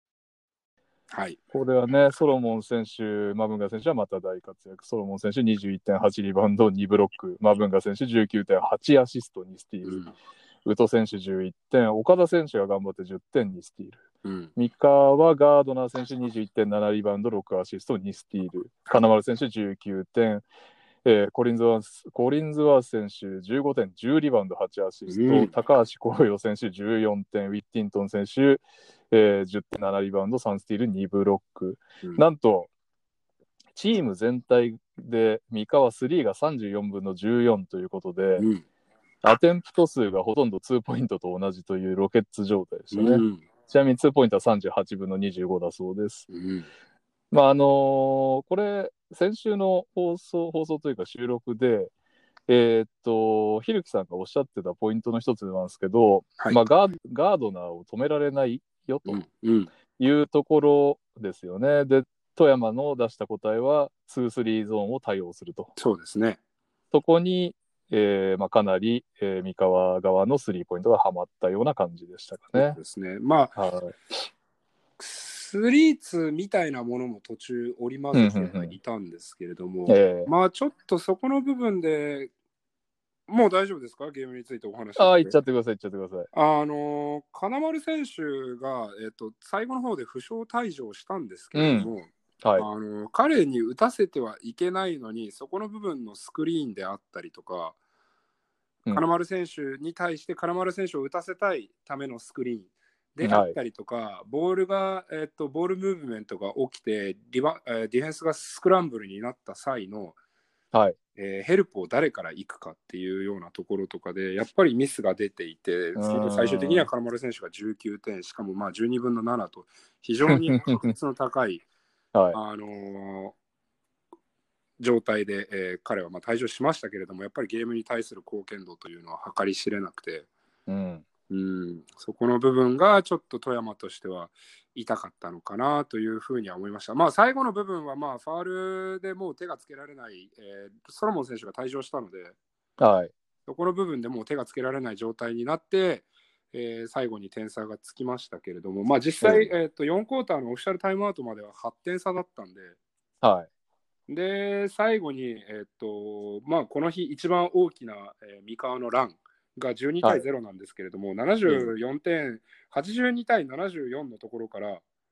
これはね、ソロモン選手、マブンガ選手はまた大活躍。ソロモン選手 21.8 リバウンド、2ブロック。マブンガ選手 19.8 アシスト、2スティール。宇都選手11点。岡田選手が頑張って10点、2スティール。三河はガードナー選手 21.7 リバウンド、6アシスト、2スティール。金丸選手19点。コリンズワース選手15点、10リバウンド、8アシスト。高橋光陽選手14点。ウィッティントン選手、10.7 リバウンド、3スティール、2ブロック。なんと、チーム全体で三河3が34分の14ということで、アテンプト数がほとんど2ポイントと同じというロケッツ状態でしたね。ちなみに2ポイントは38分の25だそうです。まあこれ先週の放送というか収録でひるきさんがおっしゃってたポイントの一つなんですけど、まあ、ガードナーを止められないよというところですよね。で、富山の出した答えは 2-3 ゾーンを対応すると。 そうですね。 そこに、まあ、かなり、三河側のスリーポイントがはまったような感じでしたかね。 そうですね。まあ、 スリーツみたいなものも途中織り交ぜてはいたんですけれども、まあちょっとそこの部分でもう大丈夫ですか、ゲームについてお話しして。 ああ、言っちゃってください、言っちゃってください。 金丸選手が、最後の方で負傷退場したんですけれども、 はい、 彼に打たせてはいけないのに、そこの部分のスクリーンであったりとか、金丸選手に対して金丸選手を打たせたいためのスクリーンであったりとか、ボールが、ボールムーブメントが起きてディフェンスがスクランブルになった際の、 はい、 ヘルプを誰から行くかっていうようなところとかでやっぱりミスが出ていて、最終的には金丸選手が19点、しかもまあ12分の7と非常に確率の高い、状態で、彼はまあ退場しましたけれども、やっぱりゲームに対する貢献度というのは計り知れなくて、そこの部分がちょっと富山としては痛かったのかなというふうには思いました。まあ最後の部分はまあファールでもう手がつけられない、ソロモン選手が退場したので、そこの部分でもう手がつけられない状態になって、最後に点差がつきましたけれども、まあ実際、4クォーターのオフィシャルタイムアウトまでは8点差だったんで、で最後に、まあ、この日一番大きな、三河のランが12対0なんですけれども、74点、82対74のところから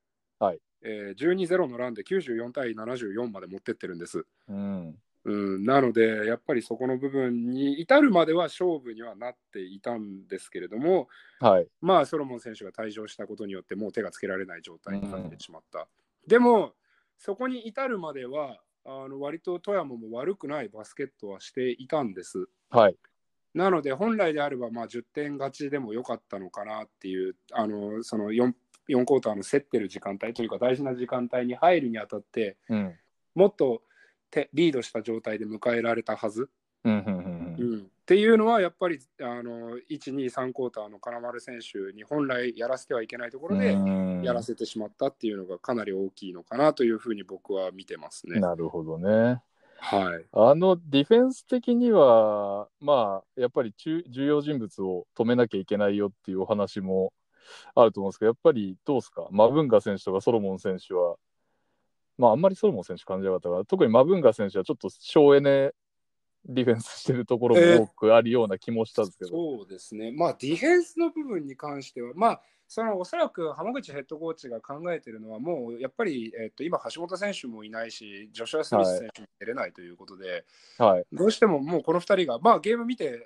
、12-0のランで94対74まで持ってってるんです。なのでやっぱりそこの部分に至るまでは勝負にはなっていたんですけれども、まあソロモン選手が退場したことによってもう手がつけられない状態になってしまった。でもそこに至るまでは割と富山も悪くないバスケットはしていたんです。なので本来であればまあ10点勝ちでもよかったのかなっていう、その 4クォーターの競ってる時間帯というか大事な時間帯に入るにあたって、もっとリードした状態で迎えられたはず、っていうのはやっぱり1、2、3クォーターの金丸選手に本来やらせてはいけないところでやらせてしまったっていうのがかなり大きいのかなというふうに僕は見てますね。 なるほどね。 はい。 ディフェンス的には、まあ、やっぱり重要人物を止めなきゃいけないよっていうお話もあると思うんですけど、やっぱりどうですか、マブンガ選手とかソロモン選手は、まあ、あんまりソロモン選手感じなかったから、特にマブンガ選手はちょっと省エネディフェンスしてるところも多くあるような気もしたんですけど。 そうですね。まあ、ディフェンスの部分に関しては、まあ、おそらく浜口ヘッドコーチが考えているのは、もうやっぱり、今、橋本選手もいないし、ジョシュア・スミス選手も出れないということで、どうしてももうこの2人が、まあ、ゲーム見て、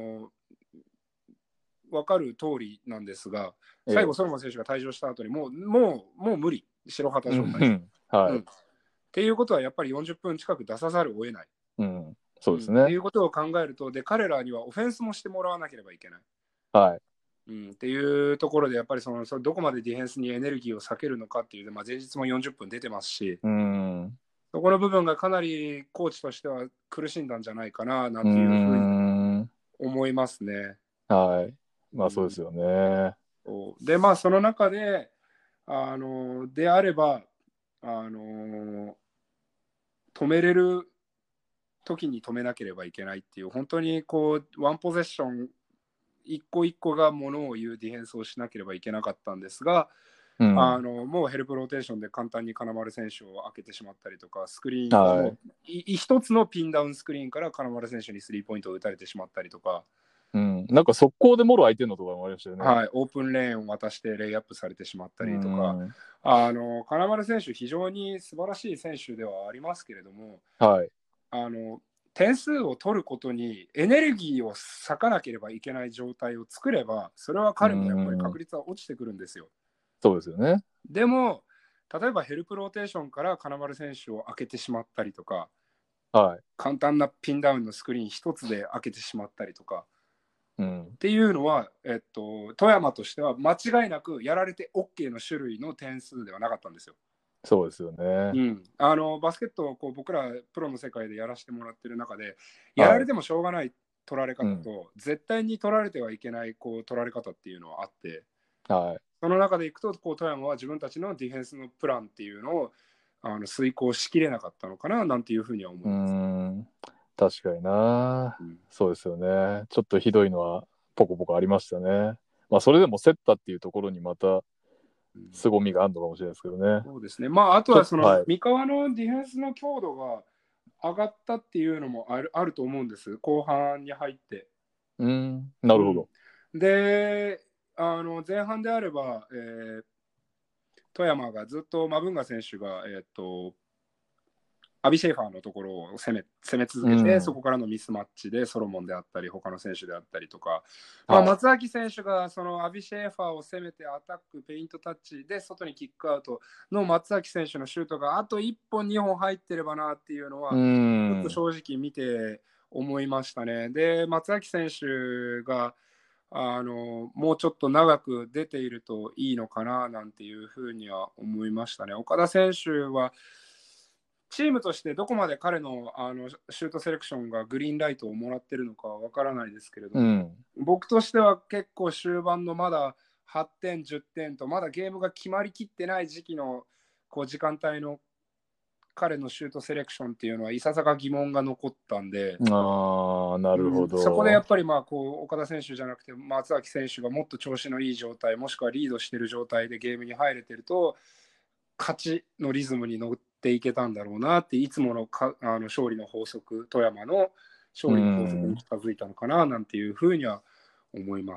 分かる通りなんですが、最後、ソロモン選手が退場した後にもう無理、白旗状態。っていうことは、やっぱり40分近く出さざるを得ない。 そうですね。 っていうことを考えると、で、彼らにはオフェンスもしてもらわなければいけない。っていうところで、やっぱりそれどこまでディフェンスにエネルギーを避けるのかっていう、まあ、前日も40分出てますし、そこの部分がかなりコーチとしては苦しんだんじゃないかな、なんていうふうに思いますね。 まあそうですよね。 で、まあその中で、であれば、止めれる時に止めなければいけないっていう、本当にこうワンポゼッション一個一個がものを言うディフェンスをしなければいけなかったんですが、もうヘルプローテーションで簡単に金丸選手を開けてしまったりとか、スクリーンがもう一つのピンダウンスクリーンから金丸選手にスリーポイントを打たれてしまったりとか、 なんか速攻でもろ相手のところもありましたよね。 オープンレーンを渡してレイアップされてしまったりとか、金丸選手非常に素晴らしい選手ではありますけれども、点数を取ることにエネルギーを割かなければいけない状態を作れば、それは彼もやっぱり確率は落ちてくるんですよ。 そうですよね。 でも、例えばヘルプローテーションから金丸選手を開けてしまったりとか、簡単なピンダウンのスクリーン一つで開けてしまったりとか、っていうのは、富山としては間違いなくやられて OK の種類の点数ではなかったんですよ。 そうですよね。 バスケットをこう僕らプロの世界でやらせてもらってる中で、やられてもしょうがない取られ方と、絶対に取られてはいけないこう取られ方っていうのはあって、その中でいくとこう富山は自分たちのディフェンスのプランっていうのを遂行しきれなかったのかななんていうふうには思います。 確かにな、そうですよね。ちょっとひどいのはポコポコありましたね。まあそれでも競ったっていうところにまた凄みがあるのかもしれないですけどね。 そうですね。まあ、あとはその、 はい、 三河のディフェンスの強度が上がったっていうのもあると思うんです、後半に入って。 なるほど。 で、前半であれば、富山がずっとマブンガ選手が、アビシェーファーのところを攻め続けて、そこからのミスマッチでソロモンであったり、他の選手であったりとか、まあ、松崎選手がそのアビシェーファーを攻めてアタック、ペイントタッチで外にキックアウトの松崎選手のシュートがあと1本、2本入ってればなっていうのは、ちょっと正直見て思いましたね。で、松崎選手がもうちょっと長く出ているといいのかななんていうふうには思いましたね。岡田選手はチームとしてどこまで彼のシュートセレクションがグリーンライトをもらってるのかは分からないですけれども、僕としては結構終盤のまだ8点、10点とまだゲームが決まりきってない時期の時間帯の彼のシュートセレクションっていうのはいささか疑問が残ったんで、 なるほど。 そこでやっぱり岡田選手じゃなくて松崎選手がもっと調子のいい状態、もしくはリードしている状態でゲームに入れてると勝ちのリズムに乗っていけたんだろうなって、いつもの勝利の法則、富山の勝利の法則に近づいたのかななんていうふうには思います。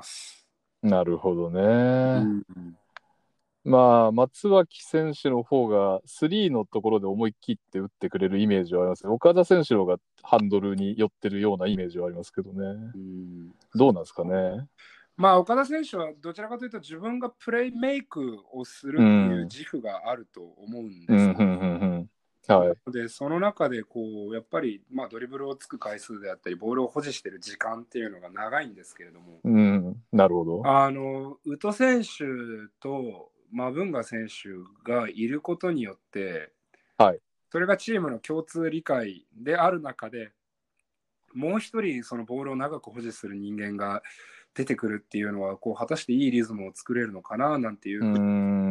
なるほどね。まあ、松脇選手の方が3のところで思い切って打ってくれるイメージはあります。岡田選手の方がハンドルに寄ってるようなイメージはありますけどね。どうなんですかね。 まあ、岡田選手はどちらかというと自分がプレイメイクをするっていう自負があると思うんですよ。で、その中でやっぱり、ドリブルをつく回数であったり、ボールを保持している時間っていうのが長いんですけれども、 なるほど。 宇都選手とマブンガ選手がいることによって、それがチームの共通理解である中で、もう一人そのボールを長く保持する人間が出てくるっていうのは果たしていいリズムを作れるのかななんていう、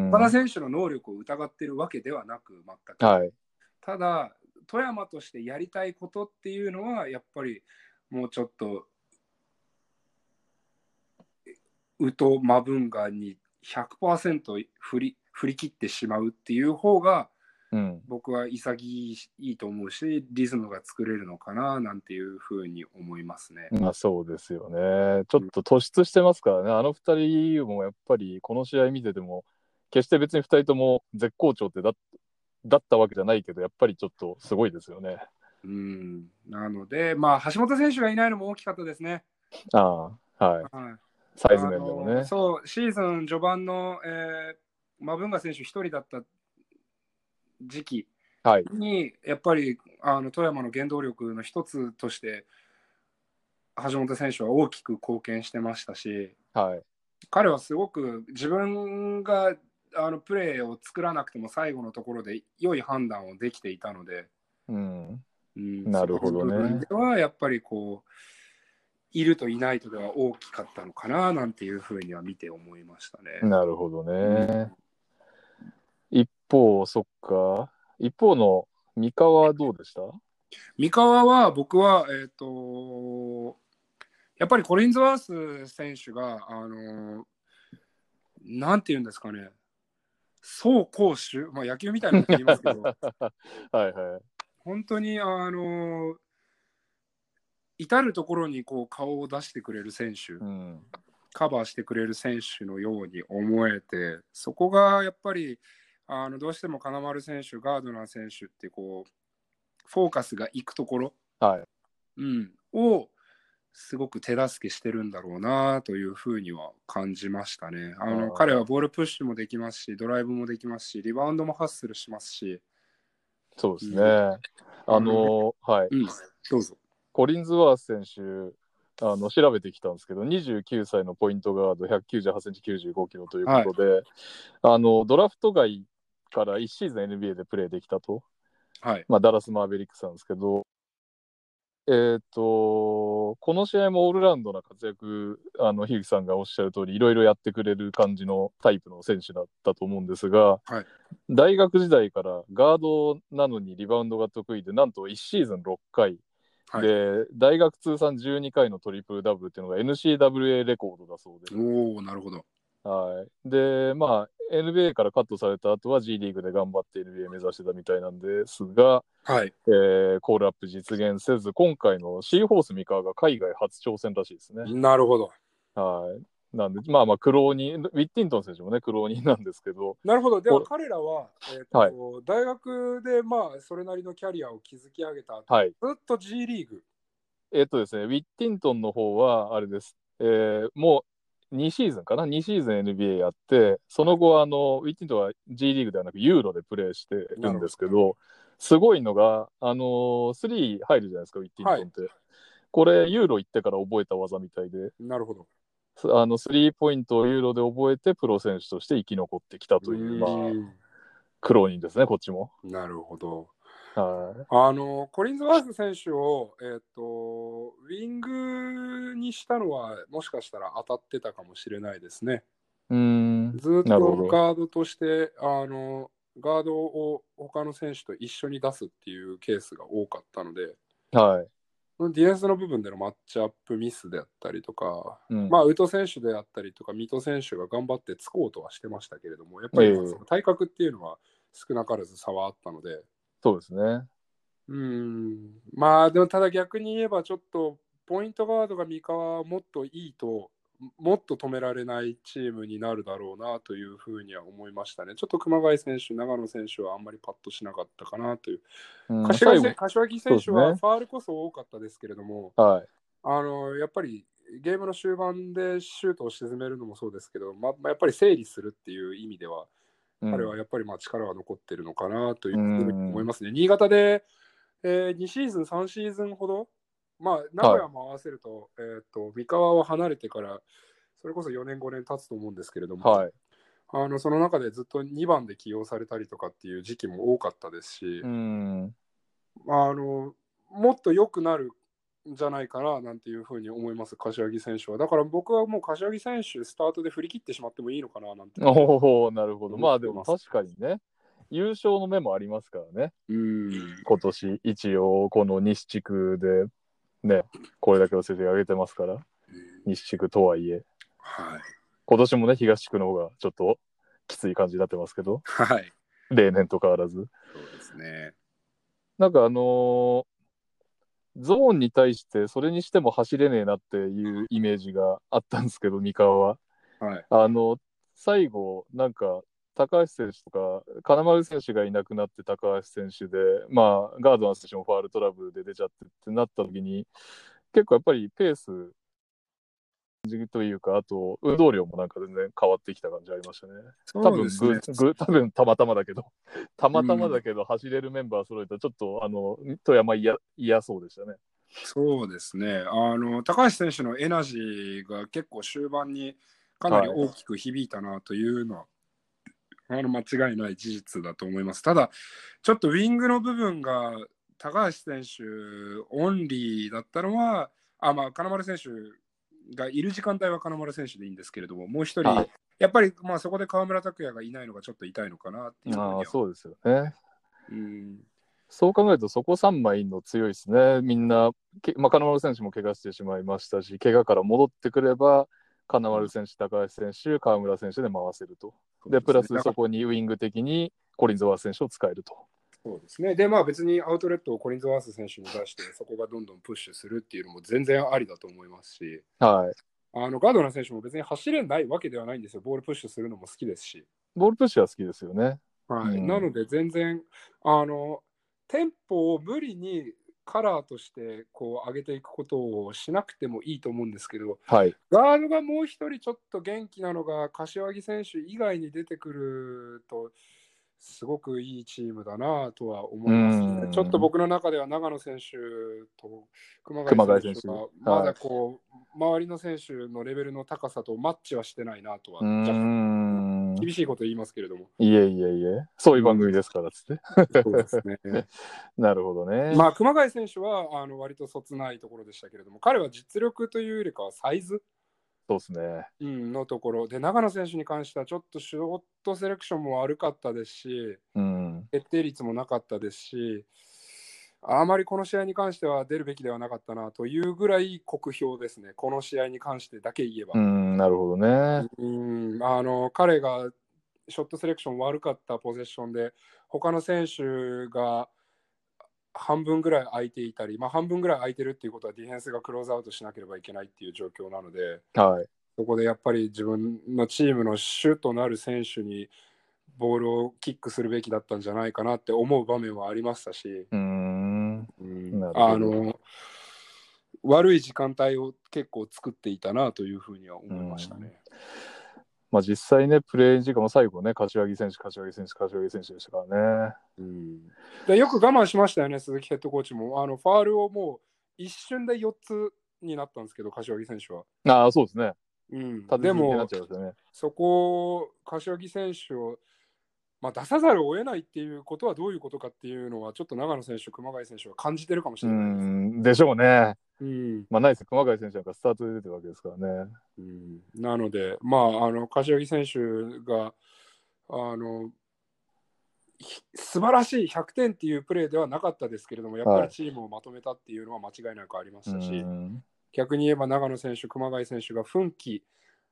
岡田選手の能力を疑っているわけではなく、全く、ただ富山としてやりたいことっていうのはやっぱりもうちょっと宇都マブンガに 100% 振り切ってしまうっていう方が、僕は潔いと思うし、リズムが作れるのかななんていうふうに思いますね。 そうですよね。ちょっと突出してますからね。あの2人もやっぱりこの試合見てても、決して別に2人とも絶好調ってだったわけじゃないけど、やっぱりちょっとすごいですよね。 なので、橋本選手がいないのも大きかったですね。 サイズ面でもね。 そう、シーズン序盤の、マブンガ選手1人だった時期に、やっぱり富山の原動力の一つとして橋本選手は大きく貢献してましたし、彼はすごく自分がプレーを作らなくても最後のところで良い判断をできていたので、 なるほどね。 ではやっぱりいるといないとでは大きかったのかななんていうふうには見て思いましたね。 なるほどね。一方の三河はどうでした？ 三河は僕はやっぱりコリンズワース選手がなんていうんですかね、走攻守、野球みたいなこと言いますけど本当に至るところに顔を出してくれる選手、カバーしてくれる選手のように思えて、そこがやっぱりどうしても金丸選手、ガードナー選手ってフォーカスがいくところ、をすごく手助けしてるんだろうなというふうには感じましたね。彼はボールプッシュもできますし、ドライブもできますし、リバウンドもハッスルしますし。 そうですね。どうぞ。コリンズワース選手、調べてきたんですけど、29歳のポイントガード、198センチ、95キロということで、ドラフト外から1シーズン NBA でプレーできたと。ダラス・マーベリックスなんですけど、この試合もオールラウンドな活躍、樋口さんがおっしゃる通り、いろいろやってくれる感じのタイプの選手だったと思うんですが、大学時代からガードなのにリバウンドが得意で、なんと1シーズン6回、で、大学通算12回のトリプルダブルっていうのが NCAA レコードだそうで。 なるほど。 はい。で、まあ、NBA からカットされた後は G リーグで頑張って NBA 目指してたみたいなんですが、 はい。 コールアップ実現せず、今回のシーホース三河が海外初挑戦らしいですね。 なるほど。 はい。なんで、まあまあ、苦労人、ウィッティントン選手もね、苦労人なんですけど、 なるほど。では彼らは、 はい。 大学でまあそれなりのキャリアを築き上げた後、 はい。 ずっと G リーグ。 ですね、ウィッティントンの方は、あれです。もう2シーズンかな？ 2 シーズン NBA やって、その後、ウィッティントンは G リーグではなくユーロでプレーしてるんでなるほど。 すけど、すごいのが、スリー入るじゃないですか、ウィッティンはい。 トンって。これ、ユーロ行ってから覚えた技みたいで、 なるほど。 スリーポイントをユーロで覚えて、プロ選手として生き残ってきたうという、まあ、 ーん。 苦労人ですね、こっちも。 なるほど。 はコリンズワース選手を、ウィングにしたのは、もしかしたら当たってたかもしれないですね。 い。 ずっなるほど。 とガードとして、ガードを他の選手と一緒に出すっていうケースが多かったので、 はい。 ディフェンスの部分でのマッチアップミスであったりとか、 うん。 まあ、ウト選手であったりとか、ミト選手が頑張ってつこうとはしてましたけれども、やっぱりまあその体格っていうのは少なからず差はあったので、 そうですね。 まあでもただ逆に言えばちょっとポイントガードが三河はもっといいともっと止められないチームになるだろうなというふうには思いましたね。ちょっと熊谷選手、長野選手はあんまりパッとしなかったかなという。 うん、最後、 柏木選手そうですね。 はファールこそ多かったですけれども、 はい。 やっぱりゲームの終盤でシュートを沈めるのもそうですけど、やっぱり整理するっていう意味では、 うん。 彼はやっぱりまあ力は残ってるのかなといううふうに思いん。 ますね。新潟で2シーズン、3シーズンほど、まあ、名古はい。 屋も合わせると、三河を離れてから、それこそ4年、5年経つと思うんですけれども、 はい。 その中でずっと2番で起用されたりとかっていう時期も多かったですし、 うん。 もっと良くなるんじゃないかななんていうふうに思います、柏木選手は。だから僕はもう柏木選手、スタートで振り切ってしまってもいいのかななんておお、なるほど。 思っまあでてます。 も確かにね、優勝の目もありますからね。 うん。 今年、一応、この西地区でね、これだけの成績上げてますから、西地区とはいえ。 はい。 今年もね、東地区の方がちょっときつい感じになってますけど、 はい。 例年と変わらず。 そうですね。 なんかゾーンに対してそれにしても走れねえなっていうイメージがあったんですけど、三河は。 はい。 最後、なんか、高橋選手とか、金丸選手がいなくなって高橋選手で、まあ、ガードナー選手もファールトラブルで出ちゃってってなった時に、結構やっぱりペースというか、あと、運動量もなんか全然変わってきた感じありましたね。 そうですね。 多分たまたまだけど、たまたまだうん。 けど走れるメンバー揃えたら、ちょっと、富山嫌そうでしたね。 そうですね。高橋選手のエナジーが結構終盤にかなりはい。 大きく響いたなというのは、間違いない事実だと思います。ただ、ちょっとウィングの部分が高橋選手オンリーだったのは、まあ、金丸選手がいる時間帯は金丸選手でいいんですけれども、もう一人、 はい。 やっぱりまあそこで河村拓哉がいないのがちょっと痛いのかなっていうふうああ、 には。 そうですよね。 うん。 そう考えると、そこ3枚の強いですね。みんな、まあ、金丸選手も怪我してしまいましたし、怪我から戻ってくれば、金丸選手、高橋選手、河村選手で回せると。で、プそうですね。 ラスそこにウィング的にコリンズワース選手を使えると。 そうですね。で、まあ別にアウトレットをコリンズワース選手に出して、そこがどんどんプッシュするっていうのも全然ありだと思いますし、 はい。 ガードナー選手も別に走れないわけではないんですよ。ボールプッシュするのも好きですし。 ボールプッシュは好きですよね。うはい。なん。 ので全然、あの、テンポを無理にカラーとしてこう上げていくことをしなくてもいいと思うんですけど、 はい。 ガードがもう一人ちょっと元気なのが柏木選手以外に出てくると、すごくいいチームだなとはう思いますね。ちょっとん。 僕の中では長野選手と熊谷選熊谷選手。 手はまはい。 だこう周りの選手のレベルの高さとマッチはしてないなとはう若干ん。 厳しいこと言いますけれども。 いえいえいえ。そういう番組うん、 ですから、つって。 そうですね。 なるほどね。 まあ、熊谷選手は割とそつないところでしたけれども、彼は実力というよりかはサイズ、 そうですね。 のところで、長野選手に関してはちょっとショートセレクションも悪かったですし、 うん。 決定率もなかったですし、 あまりこの試合に関しては出るべきではなかったなというぐらい酷評ですね。この試合に関してだけ言えば。 なるほどね。 彼がショットセレクション悪かったポゼッションで、他の選手が半分ぐらい空いていたり、半分ぐらい空いてるっていうことはディフェンスがクローズアウトしなければいけないっていう状況なので、 はい。 そこでやっぱり自分のチームの主となる選手にボールをキックするべきだったんじゃないかなって思う場面はありましたし、 なるほど。 悪い時間帯を結構作っていたなというふうには思いましたね。 実際ね、プレー時間も最後ね、柏木選手でしたからね。 でよく我慢しましたよね、鈴木ヘッドコーチも。ファールをもう一瞬で4つになったんですけど、柏木選手は。 そうですね。 でも、 ね、 そこを柏木選手を、出さざるを得ないっていうことはどういうことかっていうのは、ちょっと長野選手、熊谷選手は感じてるかもしれないです。 でしょうね。ナイス、熊谷選手なんかスタートで出てるわけですからね。 なので、柏木選手が、素晴らしい100点っていうプレーではなかったですけれども、やっぱりチームをまとめたっていうのは間違いなくありましたし、逆に言えば長野選手、熊谷選手が奮起、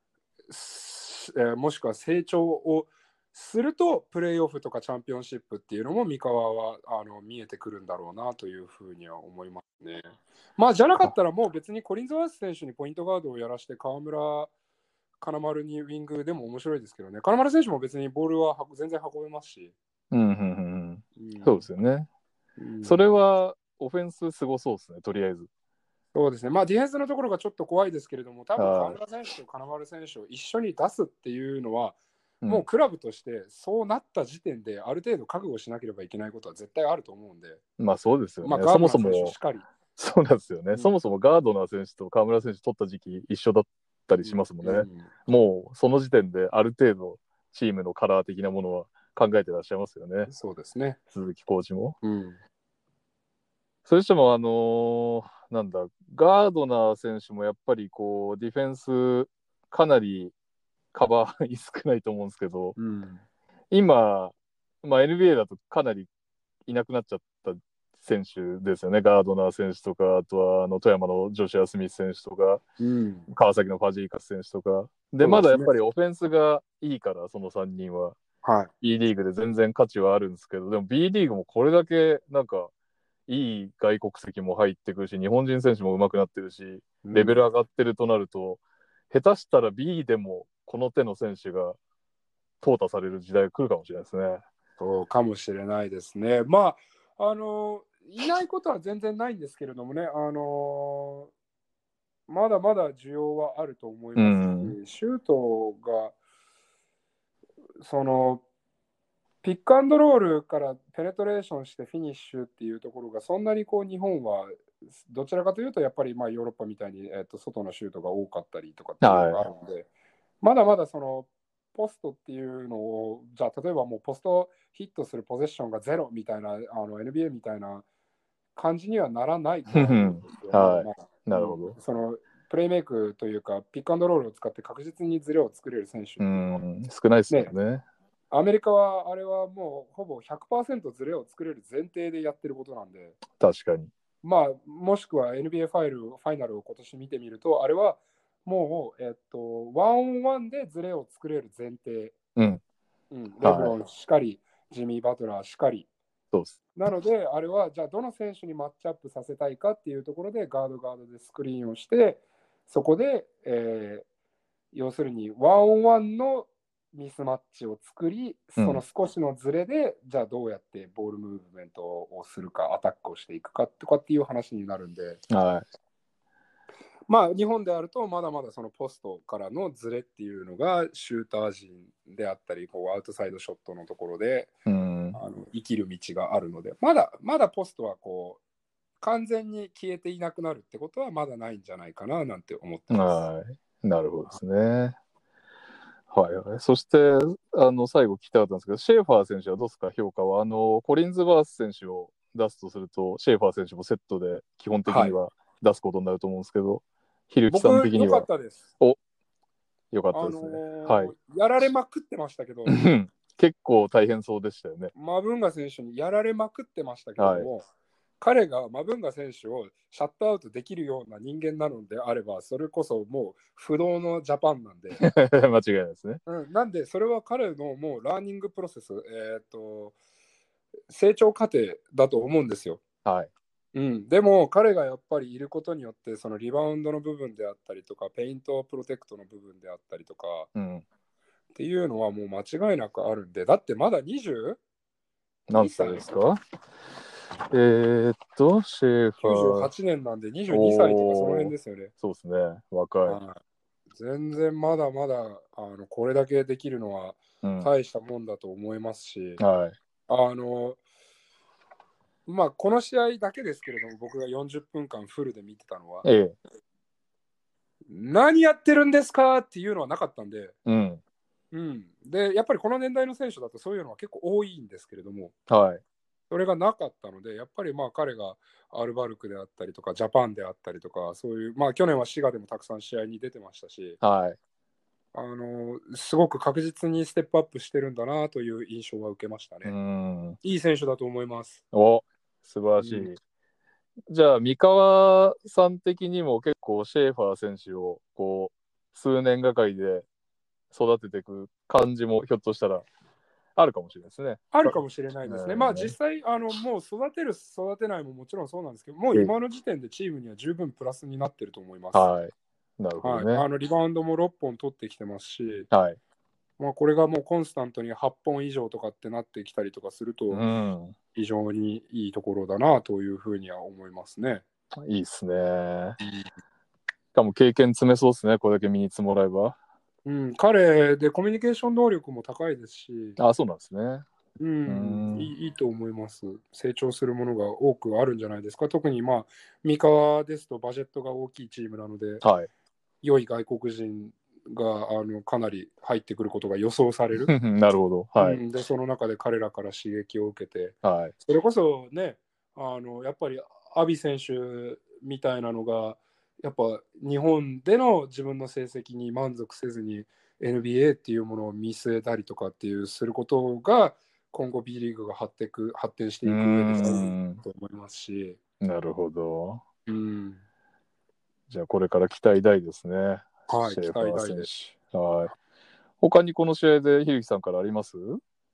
もしくは成長をすると、プレーオフとかチャンピオンシップっていうのも三河は見えてくるんだろうなというふうには思いますね。じゃなかったらもう別にコリンズワース選手にポイントガードをやらして、河村、金丸にウィングでも面白いですけどね。金丸選手も別にボールは全然運べますし。 そうですよね。それはオフェンスすごそうですね、とりあえず。 そうですね。ディフェンスのところがちょっと怖いですけれども、多分河村選手と金丸選手を一緒に出すっていうのは、もうクラブとしてそうなった時点である程度覚悟しなければいけないことは絶対あると思うんで。 そうですよね。 ガードナー選手しかり。 そうなんですよね。そもそもガードナー選手と河村選手取った時期一緒だったりしますもんね。もうその時点である程度チームのカラー的なものは考えてらっしゃいますよね。 そうですね。 鈴木コーチも。それしてもガードナー選手もやっぱりこうディフェンスかなりカバー少ないと思うんですけど、今、NBA だとかなりいなくなっちゃった選手ですよね。ガードナー選手とか、あとは富山のジョシュア・スミス選手とか、川崎のファジーカス選手とか。で、まだやっぱりオフェンスがいいから、その3人は。B リーグで全然価値はあるんですけど、でも B リーグもこれだけいい外国籍も入ってくるし、日本人選手も上手くなってるし、レベル上がってるとなると、下手したら B でもこの手の選手が淘汰される時代が来るかもしれないですね。 そうかもしれないですね。いないことは全然ないんですけれどもね、まだまだ需要はあると思いますし、シュートが、ピックアンドロールからペネトレーションしてフィニッシュっていうところがそんなに日本はどちらかというとやっぱりヨーロッパみたいに、外のシュートが多かったりとかっていうのがあるので、まだまだポストっていうのをじゃあ例えばもうポストヒットするポゼッションがゼロみたいなNBA みたいな感じにはならないと思うんですよ。 なるほど。 プレイメイクというかピックアンドロールを使って確実にズレを作れる選手っていうのは少ないですよね。 アメリカはあれはもうほぼ 100% ズレを作れる前提でやってることなんで、 確かに。 もしくは NBA ファイナルを今年見てみると、あれはもう、ワンオンワンでズレを作れる前提。レブロンしかり、ジミー・バトラーしかり。 そうです。 なので、あれはじゃあどの選手にマッチアップさせたいかっていうところでガードでスクリーンをして、そこで、要するにワンオンワンのミスマッチを作り、その少しのズレで、じゃあどうやってボールムーブメントをするか、アタックをしていくかとかっていう話になるんで、日本であるとまだまだそのポストからのズレっていうのがシューター陣であったり、アウトサイドショットのところで、生きる道があるので、まだポストは完全に消えていなくなるってことはまだないんじゃないかななんて思ってます。 なるほどですね。そして最後聞きたかったんですけど、シェーファー選手はどうですか、評価は。コリンズバース選手を出すとすると、シェーファー選手もセットで基本的には出すことになると思うんですけど、ひるきさん的には。 僕、良かったです。 良かったですね。 やられまくってましたけど、 結構大変そうでしたよね。 マブンガ選手にやられまくってましたけども、 彼がマブンガ選手をシャットアウトできるような人間なのであれば、それこそもう不動のジャパンなんで、 間違いないですね。 なんでそれは彼のもうラーニングプロセス、成長過程だと思うんですよ。 はい。 でも彼がやっぱりいることによってそのリバウンドの部分であったりとかペイントプロテクトの部分であったりとかっていうのはもう間違いなくあるんで、だってまだ22 何歳歳ですか？シェーファー。 98年なんで22歳とかその辺ですよね。 そうですね。若い。 全然まだまだこれだけできるのは大したもんだと思いますし、 はい。 まあこの試合だけですけれども、僕が40分間フルで見てたのは、何やってるんですかっていうのはなかったんで、でやっぱりこの年代の選手だとそういうのは結構多いんですけれども、 はい。 それがなかったので、やっぱりまあ彼がアルバルクであったりとかジャパンであったりとか、そういうまあ去年は滋賀でもたくさん試合に出てましたし、 はい。 すごく確実にステップアップしてるんだなという印象は受けましたね。いい選手だと思います。 素晴らしい。じゃあ三河さん的にも結構シェーファー選手をこう数年がかりで育てていく感じもひょっとしたらあるかもしれないですね。 あるかもしれないですね。まあ実際もう育てる育てないももちろんそうなんですけど、もう今の時点でチームには十分プラスになってると思います。 はい。なるほどね。 リバウンドも6本取ってきてますし、 はい。 まあこれがもうコンスタントに8本以上とかってなってきたりとかすると、非常にいいところだなというふうには思いますね。 いいっすね。しかも経験詰めそうですね。これだけ身につもらえば。 彼でコミュニケーション能力も高いですし、 そうなんですね。 いいと思います。成長するものが多くあるんじゃないですか。特にまあ三河ですとバジェットが大きいチームなので、良い外国人がかなり入ってくることが予想される。 なるほど。はい。 でその中で彼らから刺激を受けて、 はい。 それこそね、やっぱりアビ選手みたいなのがやっぱ日本での自分の成績に満足せずに NBA っていうものを見据えたりとかっていうすることが今後 B リーグが発展していく上で大事だと思いますし。 なるほど。 じゃあこれから期待大ですね。 はい、 シェーファー選期待大です。 手。はい。他にこの試合でひるきさんからあります？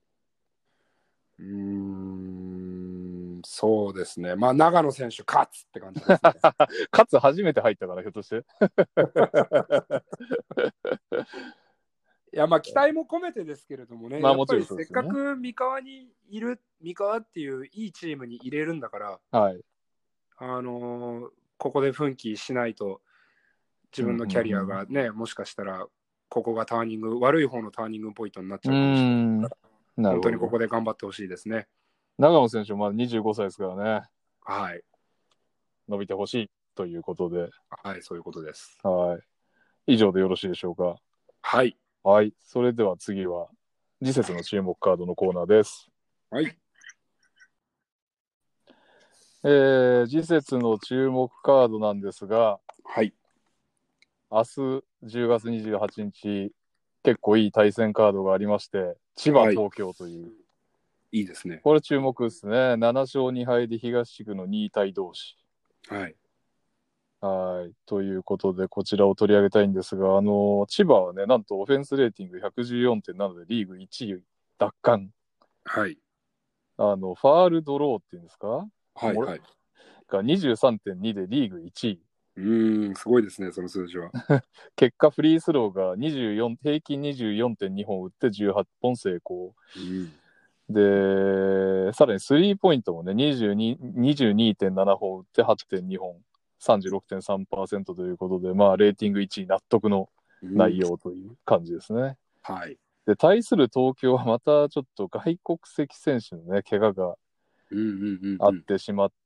そうですね。まあ長野選手勝つって感じですね。 勝つ初めて入ったから、ひょっとして。 いやまあ期待も込めてですけれどもね、やっぱりせっかく三河にいる、三河っていういいチームに入れるんだから、 はい、 ここで奮起しないと自分のキャリアがね、もしかしたらここが悪い方のターニングポイントになっちゃうかもしれないから、本当にここで頑張ってほしいですね。 長野選手まだ25歳ですからね。 はい。 伸びてほしいということで。 はい、そういうことです。 はい。以上でよろしいでしょうか。 はい。 はい。それでは次は次節の注目カードのコーナーです。 はい。 次節の注目カードなんですが、 はい。 明日10月28日、結構いい対戦カードがありまして、千葉、東京という。 いいですね。 これ注目ですね。7勝2敗で東地区の2位タイ同士。 はい。 はい。ということで、こちらを取り上げたいんですが、千葉はね、なんとオフェンスレーティング 114.7 でリーグ1位奪還。 はい。 ファールドローっていうんですか？ はいはい。 が 23.2 でリーグ1位。 すごいですね、その数字は。 結果、フリースローが平均 24.2 本打って18本成功。で、さらにスリーポイントもね、22.7 本打って 8.2 本。36.3% ということで、まあ、レーティング1位納得の内容という感じですね。 はい。 で、対する東京はまたちょっと外国籍選手のね、怪我があってしまって、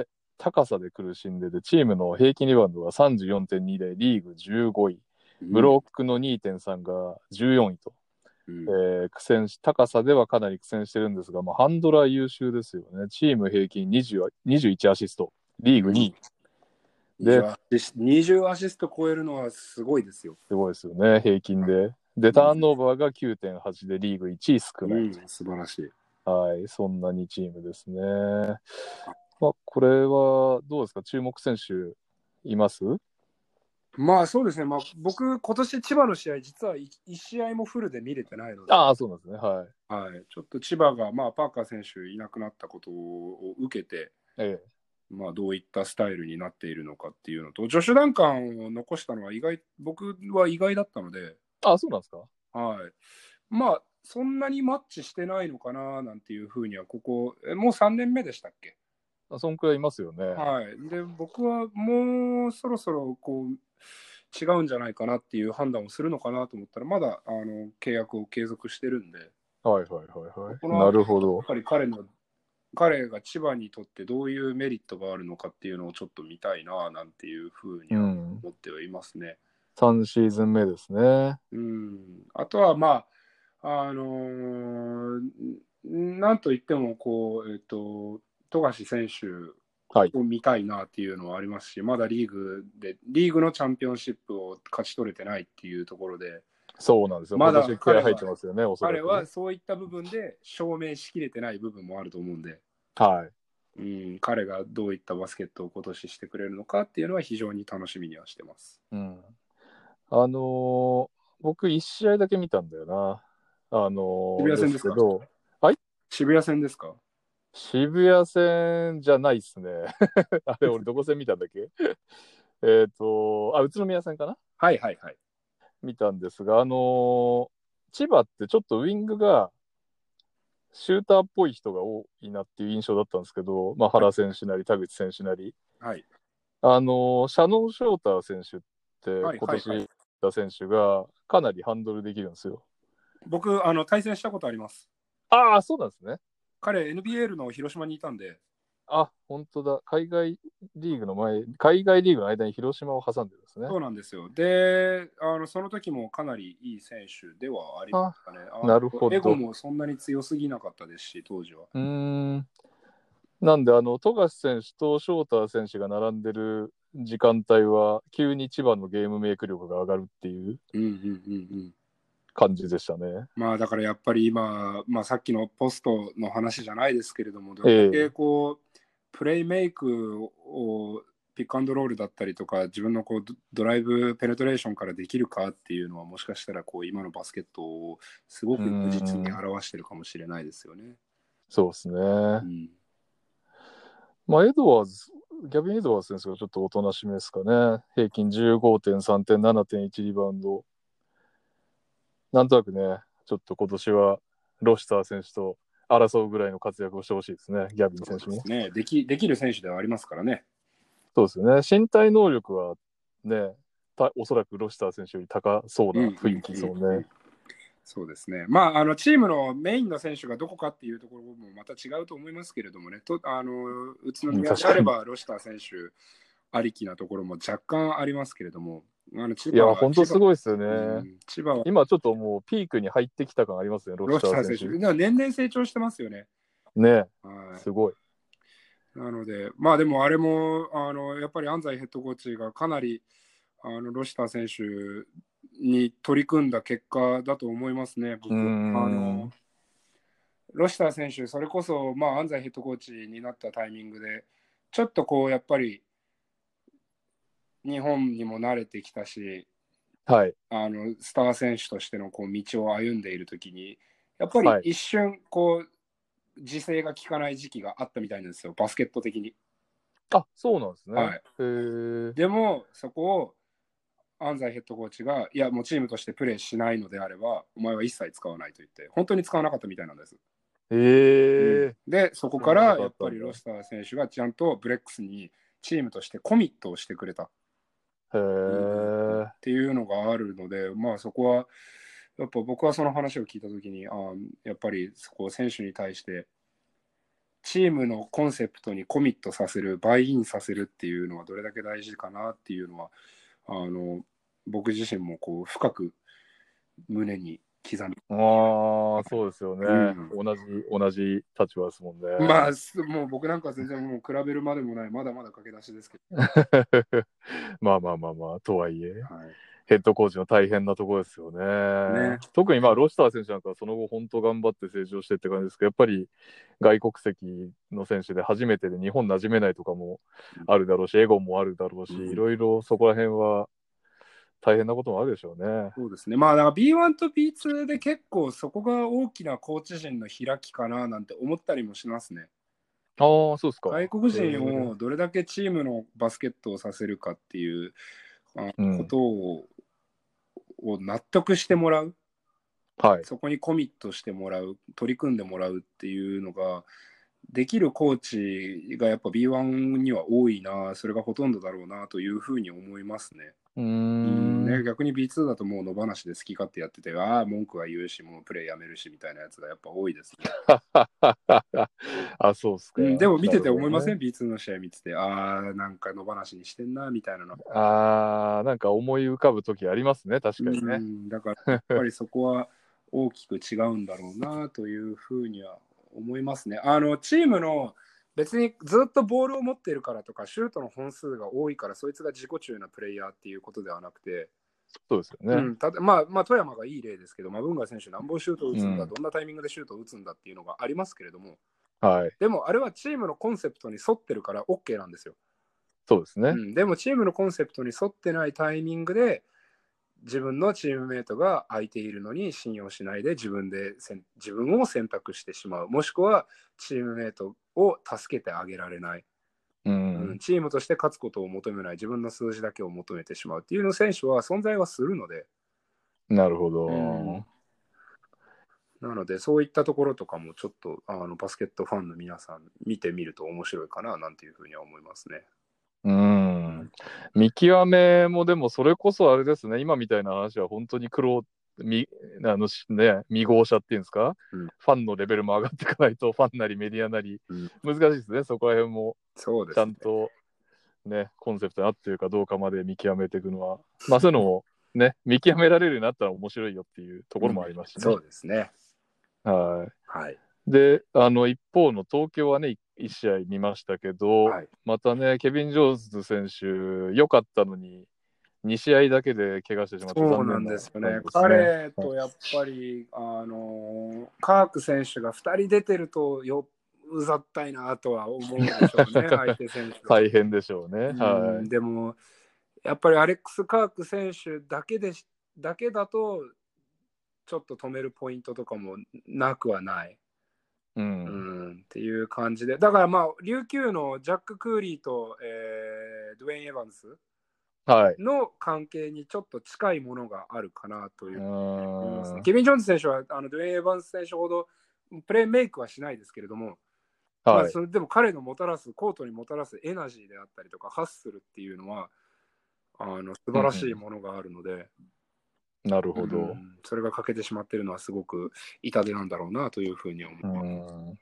高さで苦しんでて、チームの平均リバウンドが 34.2 でリーグ15位、ブロックの 2.3 が14位と、苦戦し、高さではかなり苦戦してるんですが、まあ、ハンドラー優秀ですよね。チーム平均21アシスト、リーグ2位。 で、20アシスト超えるのはすごいですよ。 すごいですよね、平均で。で、ターンオーバーが 9.8 でリーグ1位少ない。 素晴らしい。 はい、そんな2チームですね。 まあ、これはどうですか、注目選手います？ まあそうですね、まあ、僕、今年千葉の試合、実は1試合もフルで見れてないので、 ああ、そうなんですね。はい。 はい、ちょっと千葉が、まあ、パーカー選手いなくなったことを受けて、 ええ。 まあ、どういったスタイルになっているのかっていうのと、ジョシュ・ダンカンを残したのは僕は意外だったので、 ああ、そうなんですか。 はい、まあ、そんなにマッチしてないのかななんていうふうには、もう3年目でしたっけ？ あ、そんくらいいますよね。 はい。で、僕はもうそろそろ違うんじゃないかなっていう判断をするのかなと思ったら、まだ契約を継続してるんで、 はいはいはいはい。 このな後やっるほど。 ぱり彼が千葉にとってどういうメリットがあるのかっていうのをちょっと見たいななんていうふうにはうん。 思ってはいますね。 3シーズン目ですね。 うん。あとはまあ、なんといっても富樫選手はい。 を見たいなっていうのはありますし、まだリーグのチャンピオンシップを勝ち取れてないっていうところで、 そうなんですよ。 まだ今年気合入ってますよね、おそら彼はく。 そういった部分で証明しきれてない部分もあると思うんで、 はい。 彼がどういったバスケットを今年してくれるのかっていうのは非常に楽しみにはしてます。 うん。僕1試合だけ見たんだよな。で渋谷戦ですか？ すけど、はい。 渋谷戦ですか？ 渋谷戦じゃないっすね。あれ、俺どこ戦見たんだっけ？宇都宮戦かな、 はいはいはい。 見たんですが、千葉ってちょっとウィングがシューターっぽい人が多いなっていう印象だったんですけど、まあ、 はい原選手なり田口選手なり、 はいシャノン・ショーター選手ってはいはいはい。 今年た選手がかなりハンドルできるんですよ。 僕、対戦したことあります。 ああ、そうなんですね。 彼、NBL の広島にいたんで、 あ、本当だ。海外リーグの間に広島を挟んでるんですね。 そうなんですよ。で、その時もかなりいい選手ではありまあ、 したね。 なるほエゴど。 もそんなに強すぎなかったですし、当時は。 うーん。なんで、富樫選手とショーター選手が並んでる時間帯は、急に千葉のゲームメイク力が上がるっていううんうんうんうん。 感じでしたね。 まあだからやっぱり今、まあ、さっきのポストの話じゃないですけれども、どれだけええ。 プレイメイクをピックアンドロールだったりとか、自分のドライブペネトレーションからできるかっていうのは、もしかしたら今のバスケットをすごうーく如実にん。 表してるかもしれないですよね。 そうですね。 うん、 まあ、ギャビン・エドワーズ選手がちょっとおとなしめですかね。平均15.3点、7.1リバウンド。なんとなくね、ちょっと今年はロシター選手と争うぐらいの活躍をしてほしいですね、ギャビンそう選手も。 ですね。できる選手ではありますからね。 そうですよね。身体能力はね、おそらくロシター選手より高そうな雰囲気ですもんね。 そうですね。まあ、チームのメインの選手がどこかっていうところもまた違うと思いますけれどもね、宇都うん、 宮で確かに。 あればロシター選手ありきなところも若干ありますけれども、 いや、本当すごいですよね。 千葉は今ちょっともうピークに入ってきた感ありますね、ロシロシターター選手。 選手、年々成長してますよね。 ね、 はすごい。 い、なので、まあでもあれも、やっぱり安西ヘッドコーチがかなりロシター選手に取り組んだ結果だと思いますね、 うー僕は。 ん。 ロシター選手、それこそ、まあ、安西ヘッドコーチになったタイミングで、ちょっとやっぱり日本にも慣れてきたし、 はい。 スター選手としての道を歩んでいるときに、やっぱりはい。 一瞬、自制が効かない時期があったみたいなんですよ、バスケット的に。 あ、そうなんですね。 はい。 へー。 でも、そこを安西ヘッドコーチが、いや、もうチームとしてプレーしないのであれば、お前は一切使わないと言って、本当に使わなかったみたいなんです。 ええ。 で、そこそんなこからやっとあったんだ。 ぱりロスター選手がちゃんとブレックスにチームとしてコミットをしてくれた、 へえ。 っていうのがあるので、まあそこは、やっぱ僕はその話を聞いたときに、やっぱり選手に対してチームのコンセプトにコミットさせる、バイインさせるっていうのはどれだけ大事かなっていうのは、僕自身も深く胸に刻み。 ああ、そうですよね、 うん同じ立場ですもんね。 まあ、もう僕なんか全然もう比べるまでもない、まだまだ駆け出しですけど。 まあ、とはいえ、 はい。 ヘッドコーチの大変なところですよね。 ね。 特にロシター選手なんかはその後、本当頑張って成長してって感じですけど、やっぱり外国籍の選手で初めてで日本馴染めないとかもあるだろうし、エゴもあるだろうし、いろいろそこら辺は大変なこともあるでしょうね。 そうですね。まあ、だから B1 と B2 で結構そこが大きなコーチ陣の開きかななんて思ったりもしますね。 ああ、そうですか。 外国人をどれだけチームのバスケットをさせるかっていうことを納得してもらう、 はい。 そこにコミットしてもらう、取り組んでもらうっていうのができるコーチがやっぱ B1 には多いな、それがほとんどだろうなというふうに思いますね。ね、逆に B2 だともう野放しで好き勝手やってて、文句は言うし、もうプレイやめるしみたいなやつがやっぱ多いですね。 あ、そうっすか。 でも見てて思いません、 ね、 ?B2 の試合見てて、なんか野放しにしてんなみたいなの。 なんか思い浮かぶ時ありますね、確かにね。 だからやっぱりそこは大きく違うんだろうなというふうには思いますね。チームの別にずっとボールを持っているからとか、シュートの本数が多いから、そいつが自己中なプレイヤーっていうことではなくて、 そうですよね。 富山がいい例ですけど、文河選手何本シュートを打つんだ、どんなタイミングでシュートを打つんだっていうのがありますけれども、 はい。 でもあれはチームのコンセプトに沿ってるから OK なんですよ。 そうですね。 でもチームのコンセプトに沿ってないタイミングで自分のチームメイトが空いているのに信用しないで自分を選択してしまう、もしくはチームメイトを助けてあげられない、チームとして勝つことを求めない、自分の数字だけを求めてしまうっていうの選手は存在はするので、 なるほど。 なのでそういったところとかもちょっとバスケットファンの皆さん見てみると面白いかななんていうふうには思いますね。 見極めもでもそれこそあれですね、今みたいな話は本当に未号者っていうんですか、ファンのレベルも上がっていかないと、ファンなりメディアなり、難しいですね、そこら辺も。 そうですね。 ちゃんとね、コンセプトに合ってるかどうかまで見極めていくのは、そういうのもね、見極められるようになったら面白いよっていうところもありますしね。 そうですね。 はい。 はい。 で、一方の東京はね、1試合見ましたけど、またね、ケビン・ジョーンズ選手、良かったのに、2試合だけで怪我してしまってそう残念ななんですよね。 感じですね。 彼とやっぱり、カーク選手が2人出てるとうざったいなとは思うでしょうね、相手選手は。 大変でしょうね。はい。 でも、やっぱりアレックス・カーク選手だけだと、ちょっと止めるポイントとかもなくはない。っていう感じで。だから琉球のジャック・クーリーと、ドゥエイン・エヴァンスの関係にちょっと近いものがあるかなという思いますね。ケビン・ジョーンズ選手はドゥエイン・エヴァンス選手ほどプレーメイクはしないですけれども、でも彼のコートにもたらすエナジーであったりとか、ハッスルっていうのは素晴らしいものがあるので、 なるほど。 それが欠けてしまっているのはすごく痛手なんだろうなというふうに思います。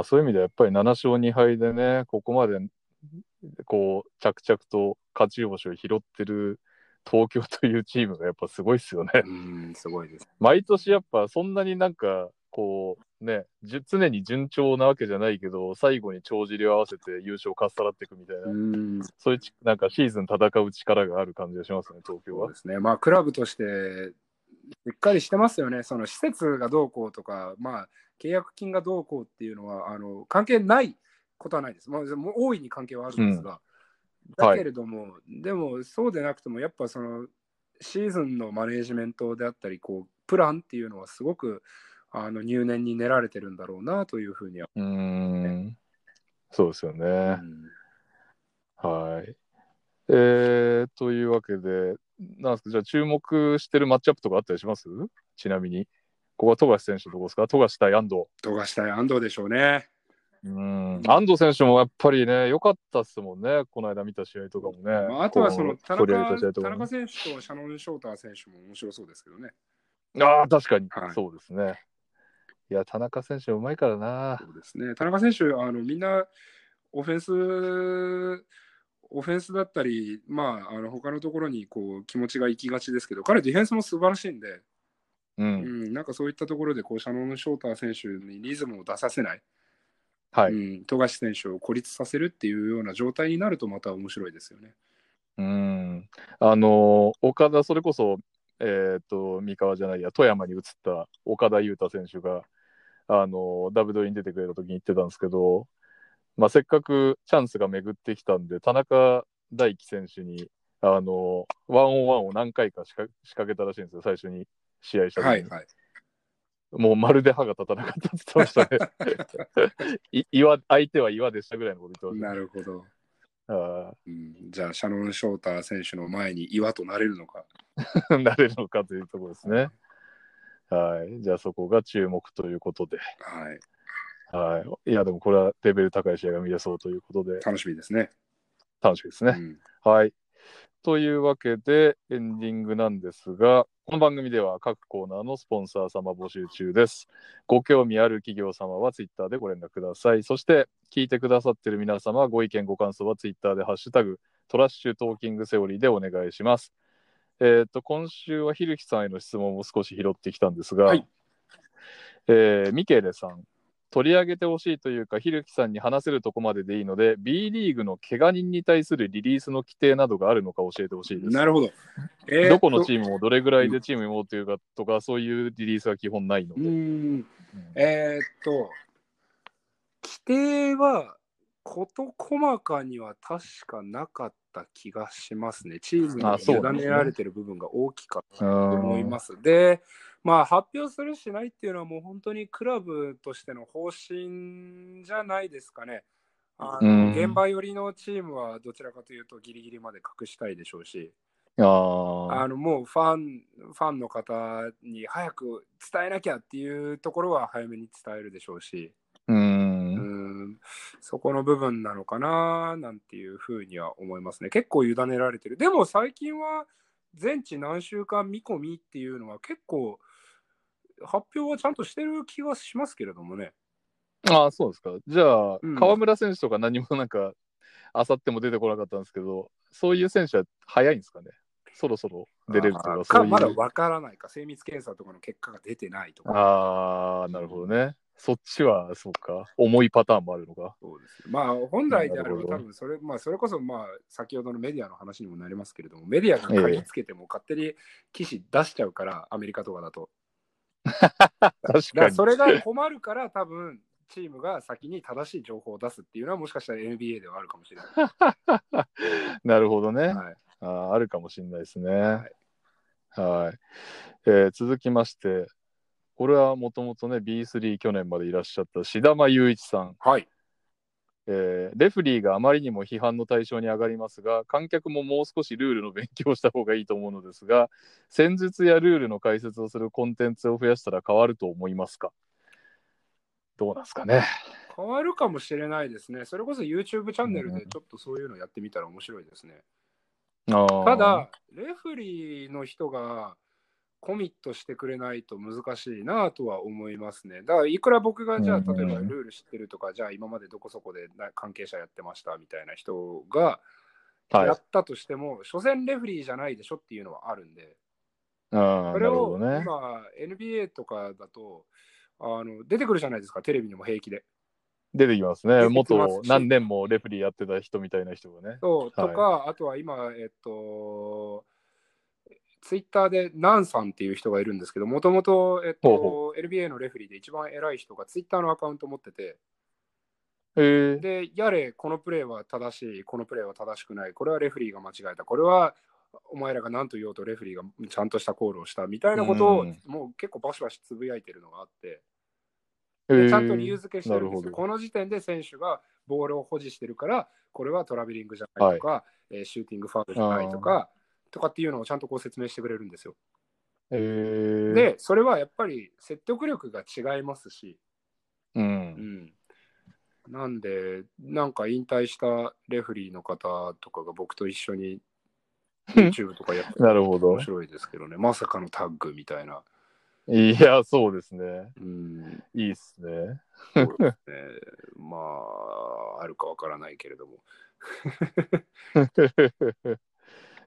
そういう意味ではやっぱり7勝2敗でね、ここまでこう着々と勝ち星を拾ってる東京というチームがやっぱすごいですよね。 すごいです。 毎年やっぱそんなになんかこうね、常に順調なわけじゃないけど、最後に帳尻を合わせて優勝をかっさらっていくみたいな、そういうなんかシーズン戦う力がある感じがしますね、東京は。 そうですね。クラブとしてしっかりしてますよね。その施設がどうこうとか、契約金がどうこうっていうのは関係ないことはないです。もう大いに関係はあるんですが、だけれども、でもそうでなくてもやっぱそのシーズンのマネージメントであったりプランっていうのはすごく入念に練られてるんだろうなというふうには、 そうですよね。はい。というわけで、なんですか、じゃあ注目してるマッチアップとかあったりします？ちなみに。ここは富樫選手のとこですか？富樫対安藤。 富樫対安藤でしょうね。 安藤選手もやっぱりね、良かったっすもんね。この間見た試合とかもね。 あとはその田中選手とシャノン・ショーター選手も面白そうですけどね。 確かに、そうですね。いや、田中選手うまいからな。 そうですね。田中選手、みんなオフェンスだったり、他のところに気持ちが行きがちですけど、彼ディフェンスも素晴らしいんで、 なんかそういったところでこうシャノン・ショーター選手にリズムを出させない、 はい。 富樫選手を孤立させるっていうような状態になるとまた面白いですよね。 岡田、それこそ、三河じゃないや、富山に移った岡田優太選手が、ダブドリに出てくれた時に言ってたんですけど、まあ、せっかくチャンスが巡ってきたんで、田中大輝選手に、ワンオンワンを何回か仕掛けたらしいんですよ、最初に試合した時に。 はいはい。 もうまるで歯が立たなかったって言ってましたね。相手は岩でしたぐらいのこと言ってまなしたね。 るほど。じゃあ、シャノン・ショーター選手の前に岩となれるのか。 なれるのかというところですね。はい。じゃあそこが注目ということで。 はい。 はい。いや、でもこれはレベル高い試合が見れそうということで、 楽しみですね。 楽しみですね。はい。というわけで、エンディングなんですが、この番組では各コーナーのスポンサー様募集中です。ご興味ある企業様はツイッターでご連絡ください。そして、聞いてくださっている皆様、ご意見、ご感想はツイッターでハッシュタグ、トラッシュトーキングセオリーでお願いします。今週はひるきさんへの質問を少し拾ってきたんですが、 はい。 ミケレさん、取り上げてほしいというか、ひるきさんに話せるとこまででいいので、B リーグの怪我人に対するリリースの規定などがあるのか教えてほしいです。 なるほど。 どこのチームもどれぐらいでチームに持っているかとか、そういうリリースは基本ないので。 規定は事細かには確かなかった気がしますね。チームに委ねられてる部分が大きかったと思います。で、まあ発表するしないっていうのはもう本当にクラブとしての方針じゃないですかね。現場寄りのチームはどちらかというとギリギリまで隠したいでしょうし、もうファンの方に早く伝えなきゃっていうところは早めに伝えるでしょうし、そこの部分なのかななんていうふうには思いますね。結構委ねられてる。でも最近は全治何週間見込みっていうのは結構発表はちゃんとしてる気がしますけれどもね。 ああ、そうですか。じゃあ、河村選手とか何もなんか、あさっても出てこなかったんですけど、そういう選手は早いんですかね。そろそろ出れるというか、そういう。 まだわからないか、精密検査とかの結果が出てないとか。 ああ、なるほどね。そっちは、そうか。重いパターンもあるのか。 そうですね。まあ、本来であれば多分それこそ、まあ、先ほどのメディアの話にもなりますけれども、メディアが鍵つけても勝手に記事出しちゃうから、アメリカとかだと。 確かに。 それが困るから、多分チームが先に正しい情報を出すっていうのは、もしかしたら NBA ではあるかもしれない。 なるほどね。 はい、 あるかもしれないですね。 はい。 続きまして、これはもともとね、B3 去年までいらっしゃった志田間雄一さん。 はい。 レフリーがあまりにも批判の対象に上がりますが、観客ももう少しルールの勉強をした方がいいと思うのですが、戦術やルールの解説をするコンテンツを増やしたら変わると思いますか？どうなんですかね。 変わるかもしれないですね。それこそ YouTube チャンネルでちょっとそういうのやってみたら面白いですね。ただ、レフリーの人がコミットしてくれないと難しいなとは思いますね。だからいくら僕がじゃあ例えばルール知ってるとか、じゃあ今までどこそこで関係者やってましたみたいな人がやったとしても、所詮レフリーじゃないでしょっていうのはあるんで、それを今 NBA とかだと出てくるじゃないですか、テレビにも平気で。 出てきますね。元何年もレフリーやってた人みたいな人がね。 とか、あとは今、ツイッターでナンさんっていう人がいるんですけど、もともと NBA のレフリーで一番偉い人がツイッターのアカウント持ってて、で、やれ、このプレーは正しい、このプレーは正しくない、これはレフリーが間違えた、これはお前らが何と言おうとレフリーがちゃんとしたコールをしたみたいなことを、もう結構バシバシつぶやいてるのがあって、でちゃんと理由付けしてるんですよ。この時点で選手がボールを保持してるから、これはトラベリングじゃないとか、シューティングファウルじゃないとかっていうのをちゃんとこう説明してくれるんですよ。で、それはやっぱり説得力が違いますし、なんで、なんか引退したレフリーの方とかが僕と一緒に YouTube とかやってるの面白いですけどね、まさかのタッグみたいな。 いや、そうですね。いいっすね。 そうですね。まあ、あるかわからないけれども。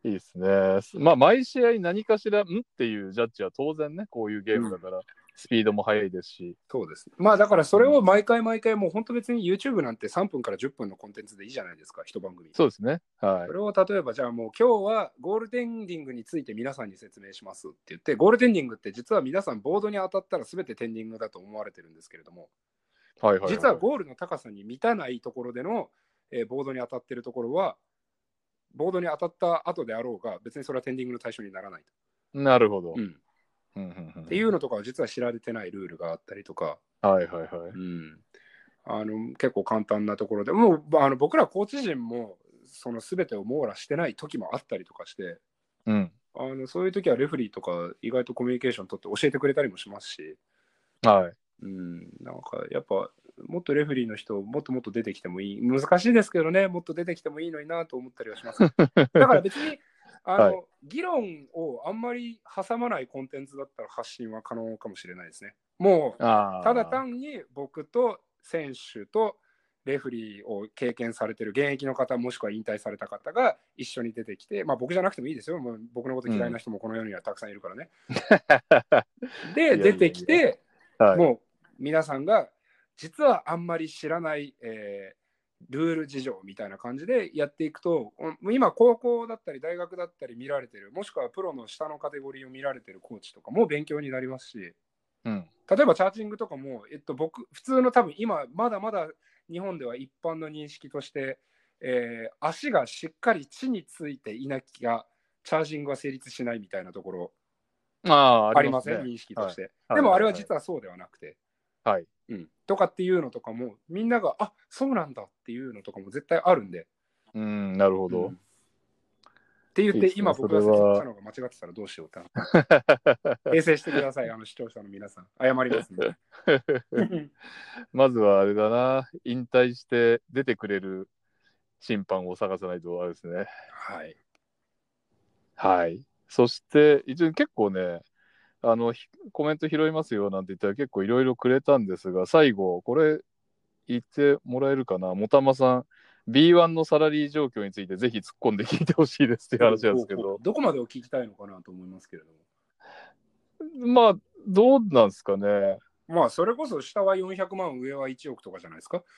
いいですね。まあ、毎試合何かしら、っていうジャッジは当然ね、こういうゲームだから、スピードも速いですし。 そうです。まあだからそれを毎回毎回もう本当別に YouTube なんて3分から10分のコンテンツでいいじゃないですか、一番組。 そうですね。はい。 それを例えばじゃあもう今日はゴールテンディングについて皆さんに説明しますって言って、ゴールテンディングって実は皆さんボードに当たったら全てテンディングだと思われてるんですけれども、 はいはいはい。 実はゴールの高さに満たないところでの、ボードに当たってるところは、ボードに当たった後であろうが、別にそれはテンディングの対象にならないと。 なるほど。 っていうのとかは実は知られてないルールがあったりとか、 はいはいはい。 結構簡単なところでもう僕らコーチ陣もその全てを網羅してない時もあったりとかして、そういう時はレフリーとか意外とコミュニケーション取って教えてくれたりもしますし、 はい。 なんかやっぱもっとレフリーの人もっともっと出てきてもいい、難しいですけどね、もっと出てきてもいいのになと思ったりはします。だから別に議論をあんまり挟まないコンテンツだったら発信は可能かもしれないですね。もうただ単に僕と選手とレフリーを経験されてる現役の方もしくは引退された方が一緒に出てきて、まあ僕じゃなくてもいいですよ。もう僕のこと嫌いな人もこの世にはたくさんいるからね。で、出てきて、もう皆さんが実はあんまり知らない、ルール事情みたいな感じでやっていくと、今高校だったり大学だったり見られてる、もしくはプロの下のカテゴリーを見られてるコーチとかも勉強になりますし、例えばチャージングとかも、僕普通の多分今まだまだ日本では一般の認識として、足がしっかり地についていなきゃチャージングは成立しないみたいなところありません、認識として。でもあれは実はそうではなくて、とかっていうのとかもみんながそうなんだっていうのとかも絶対あるんで。 なるほど。 って言って今僕が説明したのが間違ってたらどうしようって訂正してください、視聴者の皆さん。謝りますね。 まずはあれだな、引退して出てくれる審判を探さないとあれですね。 はい。 はい。そして一応結構ね、コメント拾いますよなんて言ったら結構いろいろくれたんですが、最後これ言ってもらえるかな。もたまさん、B1 のサラリー状況についてぜひ突っ込んで聞いてほしいですっていう話なんですけど、 どこまでを聞きたいのかなと思いますけれども。まあどうなんですかね。 まあそれこそ下は400万上は1億とかじゃないですか。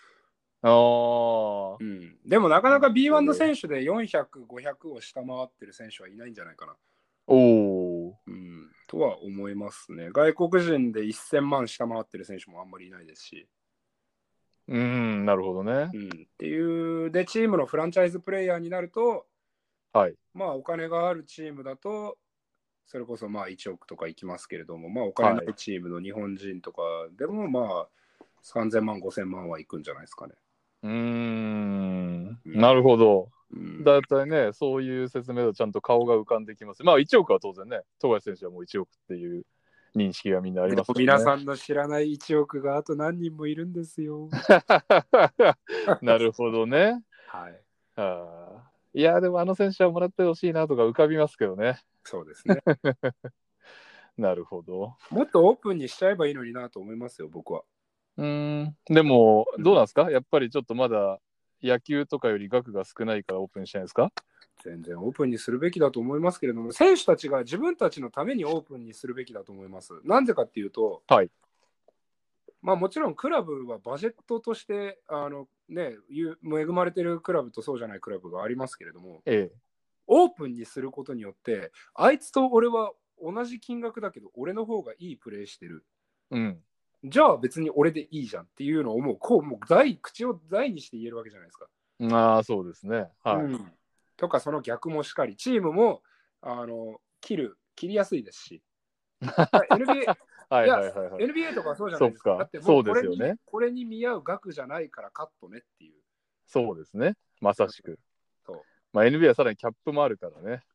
でもなかなか B1 の選手で400、500を下回ってる選手はいないんじゃないかな。とは思いますね。外国人で1000万下回ってる選手もあんまりいないですし。 なるほどね。 っていうでチームのフランチャイズプレイヤーになると、まあお金があるチームだとそれこそまあ1億とかいきますけれども、まあお金ないチームの日本人とかでもまあ3000万5000万はいくんじゃないですかね。 なるほど。だいたいね、そういう説明だとちゃんと顔が浮かんできます。まあ1億は当然ね、富樫選手はもう1億っていう認識がみんなありますからね。 皆さんの知らない1億があと何人もいるんですよ。 なるほどね。いや、でもあの選手はもらってほしいなとか浮かびますけどね。 そうですね。 なるほど。 もっとオープンにしちゃえばいいのになと思いますよ、僕は。 でも、どうなんですか、やっぱりちょっとまだ野球とかより額が少ないからオープンにしないですか？ 全然オープンにするべきだと思いますけれども、選手たちが自分たちのためにオープンにするべきだと思います。なんでかっていうと、まあもちろんクラブはバジェットとして恵まれてるクラブとそうじゃないクラブがありますけれども、オープンにすることによってあいつと俺は同じ金額だけど俺の方がいいプレーしてる、じゃあ別に俺でいいじゃんっていうのをもう口を大にして言えるわけじゃないですか。 そうですね。 とかその逆もしかり、チームも切りやすいですしNBA とかはそうじゃないですか。だってもうこれに見合う額じゃないからカットねっていう。 そうですね。まさしく。NBA はさらにキャップもあるからね。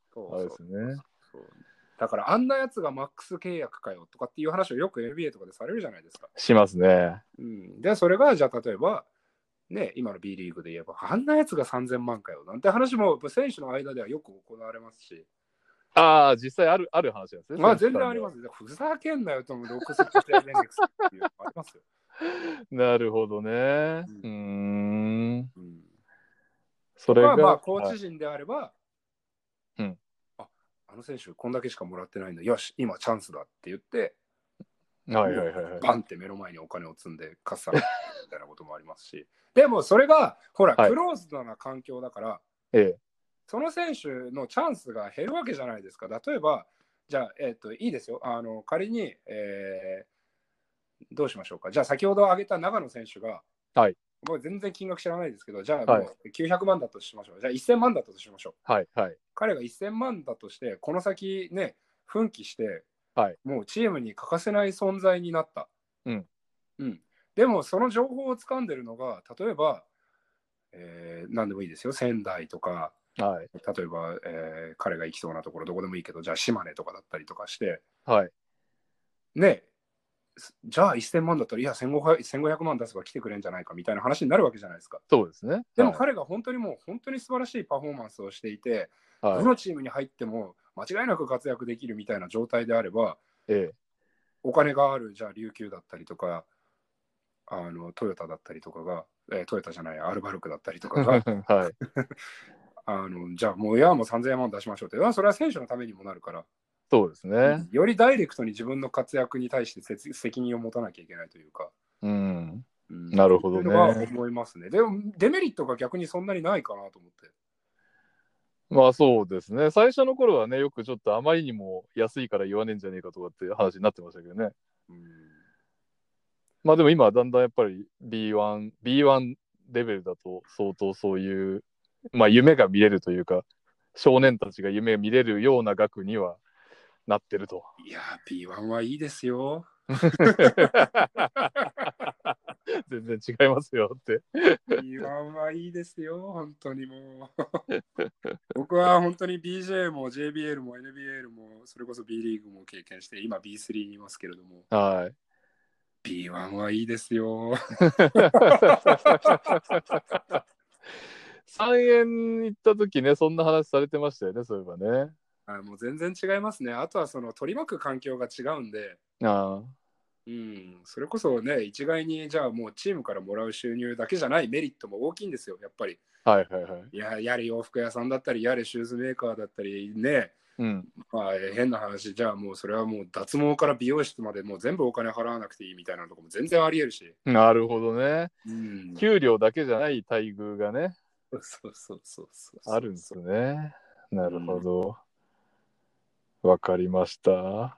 だからあんなやつがマックス契約かよとかっていう話をよく NBA とかでされるじゃないですか。 しますね。 で、それがじゃあ例えば、ね、今の B リーグで言えば、あんなやつが3000万かよなんて話も選手の間ではよく行われますし。 実際ある話なんですね。 全然あります。ふざけんなよとも6セット試合連絡っていうのもありますよ。 なるほどね。 それがまあコーチ陣であれば、 あの選手こんだけしかもらってないんだ、よし今チャンスだって言って、 はいはいはいはい。 バンって目の前にお金を積んでかっさらみたいなこともありますし、でもそれがほら、 はいクローズドな環境だから、 ええ。 その選手のチャンスが減るわけじゃないですか。例えば、じゃあ、いいですよ。仮に、どうしましょうか。じゃあ、先ほど挙げた長野選手が、 はい。 もう全然金額知らないですけど、じゃあはいもう900万だとしましょう。じゃあ1000万だったとしましょう。 はいはい彼が1000万だとして、この先ね、奮起して、 はい。 もうチームに欠かせない存在になった。 うんうん。でも、その情報を掴んでるのが、例えば、何でもいいですよ。仙台とか、 はい例えば、彼が行きそうなところどこでもいいけど、じゃあ島根とかだったりとかして、 はいね、じゃあ1000万だったら、いや1500万出せば来てくれんじゃないかみたいな話になるわけじゃないですか。 そうですね。 でも彼が本当にもう本当に素晴らしいパフォーマンスをしていて、 はい。 どのチームに入っても間違いなく活躍できるみたいな状態であれば、 ええ。 お金がある、じゃあ琉球だったりとか、トヨタだったりとかが、トヨタじゃない、アルバルクだったりとかが、 はい。 じゃあもうもう3000万出しましょうって、それは選手のためにもなるから、 そうですね。 よりダイレクトに自分の活躍に対して責任を持たなきゃいけないというか、 うん。 っなるほどていうのはね。 思いますね。でも、デメリットが逆にそんなにないかなと思って。 まあそうですね。最初の頃はね、よくちょっとあまりにも安いから言わねえんじゃねえかとかっていう話になってましたけどね。 うん、 まあでも今はだんだんやっぱり B1 レベルだと相当そういう、まあ夢が見れるというか、少年たちが夢が見れるような額にはなってると。 いやー、B1 はいいですよ。 全然違いますよって。 B1 はいいですよ、本当にもう。僕は本当に BJ も JBL も NBL も、それこそ B リーグも経験して、今 B3 にいますけれども、 はい。 B1 はいいですよ。 3円行った時ね、そんな話されてましたよね、そういえばね。 もう全然違いますね。あとはその取り巻く環境が違うんで、 あそれこそね、一概にじゃあもうチームからもらう収入だけじゃないメリットも大きいんですよ、やっぱり。 あ、はいはいはい。 やれ洋服屋さんだったり、やれシューズメーカーだったりね、 うん。 まあ、変な話、じゃあもうそれはもう脱毛から美容室までもう全部お金払わなくていいみたいなとこも全然ありえるし。 なるほどね。 うん。 給料だけじゃない待遇がね、 そうあるんですね。なるほうん。 ど。わかりました。 はい。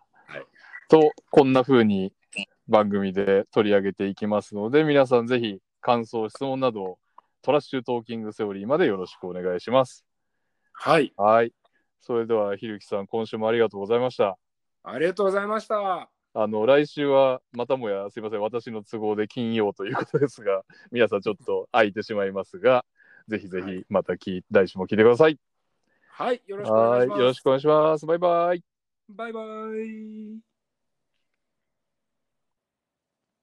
と、こんな風に番組で取り上げていきますので、皆さんぜひ感想、質問など、トラッシュトーキングセオリーまでよろしくお願いします。 はい。 はい。それでは、ひるきさん、今週もありがとうございました。 ありがとうございました。 来週はまたもやすいません、私の都合で金曜ということですが、皆さんちょっと空いてしまいますが、ぜひぜはい。 ひまた来週も聞いてください。 はい。よろしくお願いはい、よします。 ろしくお願いします。バイバイ。 バイバイ。